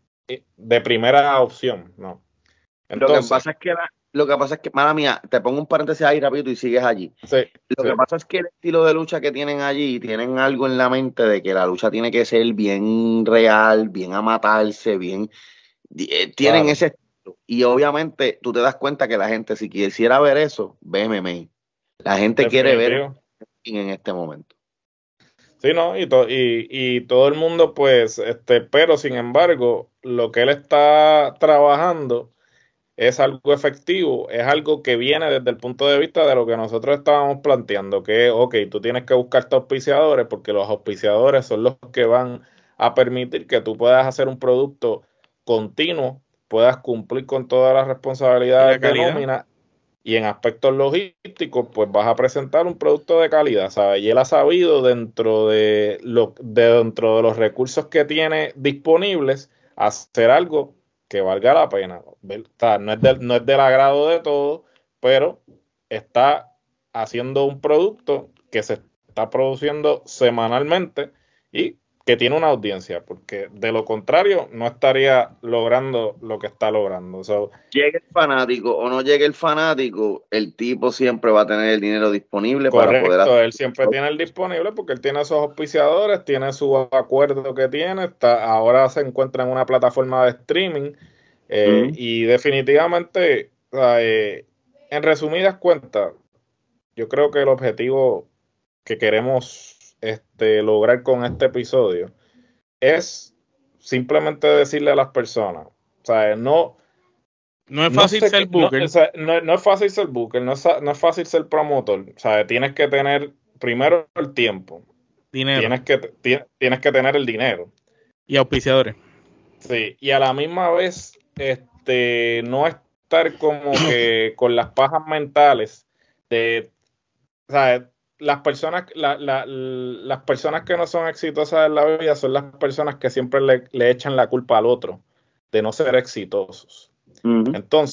de primera opción, ¿no? Entonces, lo que pasa es que la, Lo que pasa es que, mala mía, te pongo un paréntesis ahí rápido y sigues allí. Sí, lo sí. que pasa es que el estilo de lucha que tienen allí, tienen algo en la mente de que la lucha tiene que ser bien real, bien a matarse, bien... Eh, tienen claro. ese estilo. Y obviamente tú te das cuenta que la gente, si quisiera ver eso, ve M M A. La gente Definitivo. quiere ver en este momento. Sí, ¿no? Y, to y, y todo el mundo, pues, este, pero sin embargo, lo que él está trabajando es algo efectivo, es algo que viene desde el punto de vista de lo que nosotros estábamos planteando, que, ok, tú tienes que buscarte auspiciadores porque los auspiciadores son los que van a permitir que tú puedas hacer un producto continuo, puedas cumplir con todas las responsabilidades de nómina y en aspectos logísticos, pues vas a presentar un producto de calidad, ¿sabes? Y él ha sabido dentro de, lo, de, dentro de los recursos que tiene disponibles hacer algo que valga la pena. O sea, no es del, no es del agrado de todos, pero está haciendo un producto que se está produciendo semanalmente y que tiene una audiencia, porque de lo contrario no estaría logrando lo que está logrando. So, llegue el fanático o no llegue el fanático, el tipo siempre va a tener el dinero disponible. Correcto, para poder hacer... él siempre tiene el disponible porque él tiene esos auspiciadores, tiene su acuerdo que tiene, está, ahora se encuentra en una plataforma de streaming eh, mm. y definitivamente, o sea, eh, en resumidas cuentas, yo creo que el objetivo que queremos este, lograr con este episodio es simplemente decirle a las personas, o sea, no no es fácil no sé, ser booker, no, o sea, no, no es fácil ser booker, no es, no es fácil ser promotor, o sea, tienes que tener primero el tiempo, dinero, tienes que tienes que tener el dinero y auspiciadores, sí, y a la misma vez, este, no estar como que con las pajas mentales de, o sea, las personas, la, la, las personas que no son exitosas en la vida son las personas que siempre le, le echan la culpa al otro de no ser exitosos. Uh-huh. Entonces,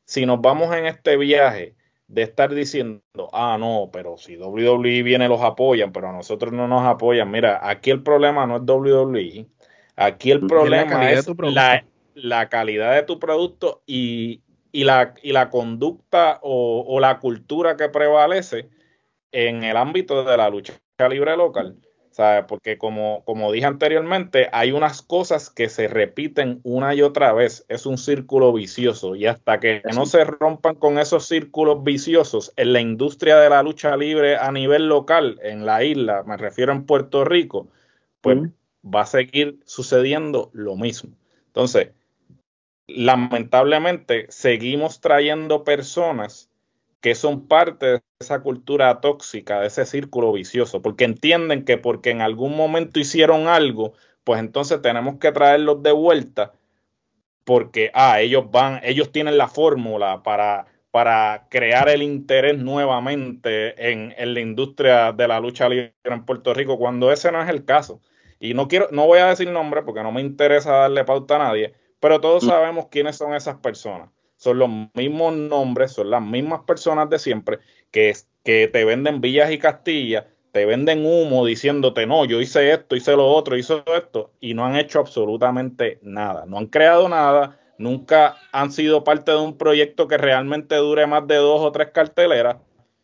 si nos vamos en este viaje de estar diciendo, ah, no, pero si W W E viene los apoyan, pero a nosotros no nos apoyan. Mira, aquí el problema no es W W E, aquí el problema es la, la calidad de tu producto y, y, la, y la conducta o, o la cultura que prevalece en el ámbito de la lucha libre local. ¿Sabes? Porque como, como dije anteriormente, hay unas cosas que se repiten una y otra vez. Es un círculo vicioso y hasta que no se rompan con esos círculos viciosos en la industria de la lucha libre a nivel local, en la isla, me refiero en Puerto Rico, pues mm. va a seguir sucediendo lo mismo. Entonces, lamentablemente, seguimos trayendo personas que son parte de esa cultura tóxica, de ese círculo vicioso, porque entienden que porque en algún momento hicieron algo, pues entonces tenemos que traerlos de vuelta, porque ah, ellos van, ellos tienen la fórmula para, para crear el interés nuevamente en, en la industria de la lucha libre en Puerto Rico, cuando ese no es el caso. Y no quiero, no voy a decir nombre porque no me interesa darle pauta a nadie, pero todos sabemos quiénes son esas personas. Son los mismos nombres, son las mismas personas de siempre que, que te venden villas y castillas, te venden humo diciéndote, no, yo hice esto, hice lo otro, hice esto, y no han hecho absolutamente nada. No han creado nada, nunca han sido parte de un proyecto que realmente dure más de dos o tres carteleras.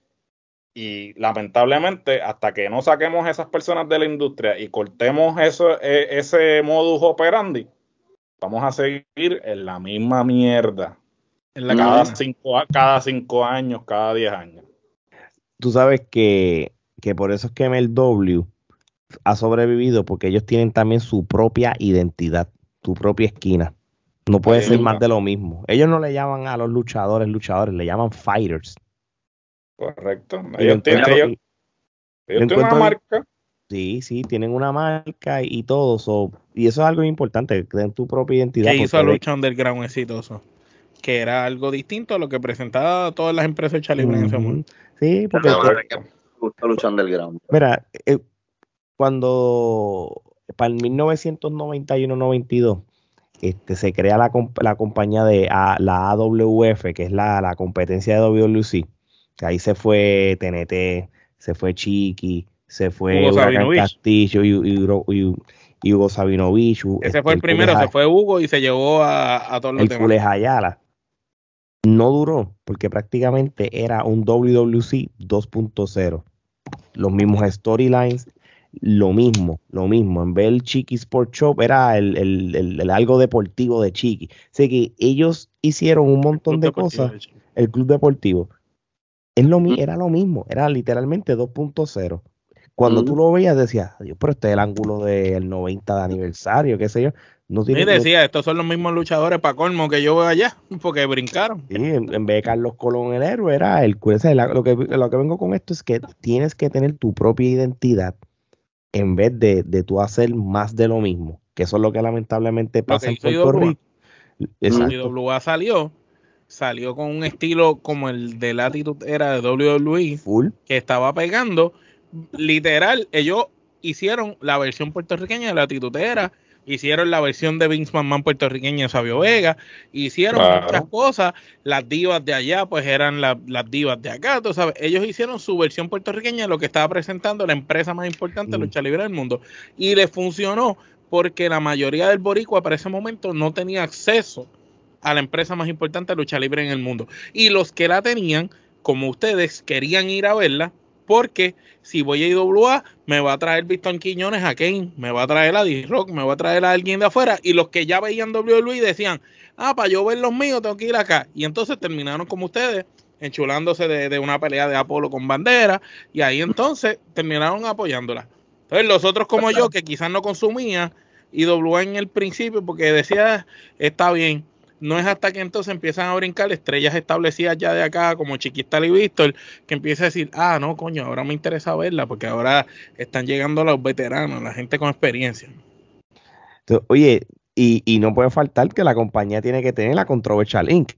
Y lamentablemente, hasta que no saquemos esas personas de la industria y cortemos eso, ese modus operandi, vamos a seguir en la misma mierda. En la cada, cinco, cada cinco años, cada diez años. Tú sabes que, que por eso es que M L W ha sobrevivido, porque ellos tienen también su propia identidad, su propia esquina. No puede ser más de lo mismo. Ellos no le llaman a los luchadores luchadores, le llaman fighters. Correcto. Ellos tienen, ellos, ellos tienen una marca. Sí, sí, tienen una marca y todo. So, y eso es algo importante, tener tu propia identidad. ¿Qué hizo a Lucha Underground exitoso? Que era algo distinto a lo que presentaba todas las empresas de lucha libre en ese momento. Sí, porque no, que me gusta Lucha Underground. Mira, eh, cuando para el mil novecientos noventa y uno noventa y dos este, se crea la, la compañía de a, la A W F, que es la, la competencia de W W C, que ahí se fue T N T, se fue Chiqui, se fue Huracán Castillo y, y, y, y Hugo Sabinovich. Ese este, fue el, el primero, Culeja, se fue Hugo y se llevó a, a todos los el demás. El Culeja Ayala. No duró, porque prácticamente era un W W C dos punto cero. Los mismos storylines, lo mismo, lo mismo. En vez del Chiqui Sport Shop, era el, el, el, el algo deportivo de Chiqui. Así que ellos hicieron un montón de cosas. El club deportivo. Es lo, era lo mismo, era literalmente dos punto cero. Cuando uh-huh. tú lo veías, decías, Dios, pero este es el ángulo del noventa de aniversario, qué sé yo. No tiene, y decía, no, estos son los mismos luchadores para colmo que yo veo allá, porque brincaron. Sí, en, en vez de Carlos Colón el héroe, era el o sea, lo que lo que vengo con esto es que tienes que tener tu propia identidad en vez de, de tú hacer más de lo mismo, que eso es lo que lamentablemente pasa en Puerto Rico. Exacto. I W A salió, salió con un estilo como el de la Attitude Era de W W E, Full. que estaba pegando, literal, ellos hicieron la versión puertorriqueña de la Attitude Era, hicieron la versión de Vince McMahon puertorriqueña de Sabio Vega, hicieron claro. muchas cosas, las divas de allá pues eran la, las divas de acá, tú sabes, ellos hicieron su versión puertorriqueña de lo que estaba presentando la empresa más importante de mm. lucha libre del mundo, y les funcionó porque la mayoría del boricua para ese momento no tenía acceso a la empresa más importante de lucha libre en el mundo, y los que la tenían, como ustedes, querían ir a verla, porque si voy a I W A, me va a traer Víctor Quiñones a Kane, me va a traer a D-Rock, me va a traer a alguien de afuera, y los que ya veían W W E decían, ah, para yo ver los míos tengo que ir acá, y entonces terminaron como ustedes, enchulándose de, de una pelea de Apolo con bandera, y ahí entonces terminaron apoyándola. Entonces los otros como yo, que quizás no consumían I W A en el principio, porque decía, está bien. No es hasta que entonces empiezan a brincar estrellas establecidas ya de acá, como Chiquistal y Víctor, que empieza a decir, ah, no, coño, ahora me interesa verla, porque ahora están llegando los veteranos, la gente con experiencia. Entonces, oye, y, y no puede faltar que la compañía tiene que tener la Controversial incorporated.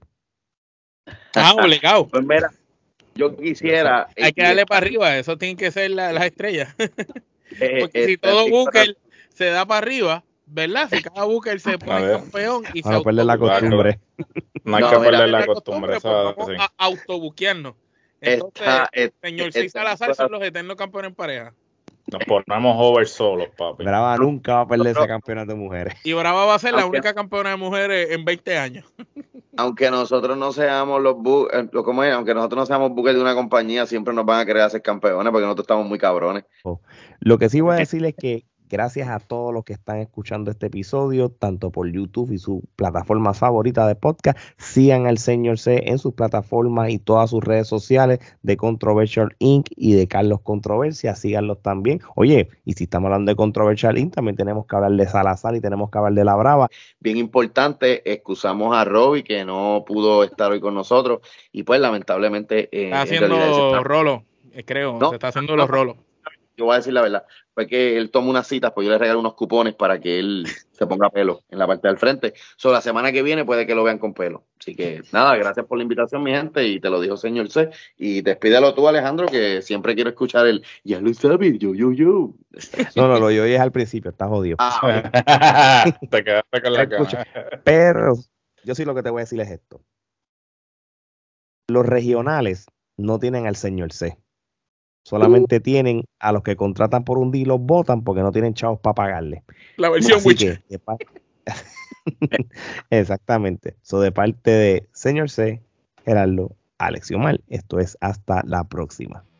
Ah, obligado. Pues mira, yo quisiera... Hay que darle para arriba, eso tiene que ser la, las estrellas. Porque eh, si todo Booker se da para arriba, ¿verdad? Si cada Booker se A pone ver. campeón y se Para no perder la autobuquea, costumbre. No hay No, que mira, perder la la costumbre. costumbre, Eso, pues vamos sí. a autobuquearnos. Entonces, Está- el es- señor es- C. es- Salazar son los eternos campeones en pareja. Nos ponemos over solos, papi. Brava nunca va a perder ese Nosotros- campeonato de mujeres. Y Brava va a ser la Aunque- única campeona de mujeres en veinte años. Aunque nosotros no seamos los bu eh, lo- ¿cómo es? Aunque nosotros no seamos buques de una compañía, siempre nos van a querer hacer campeones porque nosotros estamos muy cabrones. Lo que sí voy a decir es que gracias a todos los que están escuchando este episodio, tanto por YouTube y su plataforma favorita de podcast, sigan al señor C en sus plataformas y todas sus redes sociales de Controversial incorporated y de Carlos Controversia, síganlos también. Oye, y si estamos hablando de Controversial incorporated, también tenemos que hablar de Salazar y tenemos que hablar de La Brava. Bien importante, excusamos a Robbie que no pudo estar hoy con nosotros y pues lamentablemente eh, Está en realidad se haciendo está- rolo, eh, creo. No, se está haciendo no, los rolos. yo voy a decir la verdad, fue que él toma unas citas, pues yo le regalo unos cupones para que él se ponga pelo en la parte del frente. So, la semana que viene puede que lo vean con pelo. Así que nada, gracias por la invitación, mi gente, y te lo dijo señor C. Y despídelo tú, Alejandro, que siempre quiero escuchar el ya lo sabes, yo, yo, yo. No, no, lo yo es al principio, está jodido. Ah, Te quedaste con la Escucha. cara. Pero yo sí lo que te voy a decir es esto. Los regionales no tienen al señor C. Solamente tienen a los que contratan por un día y los votan porque no tienen chavos para pagarle. La versión Así Witcher. que, de par- exactamente. So, de parte de señor C, Gerardo, Alex y Omar, esto es hasta la próxima.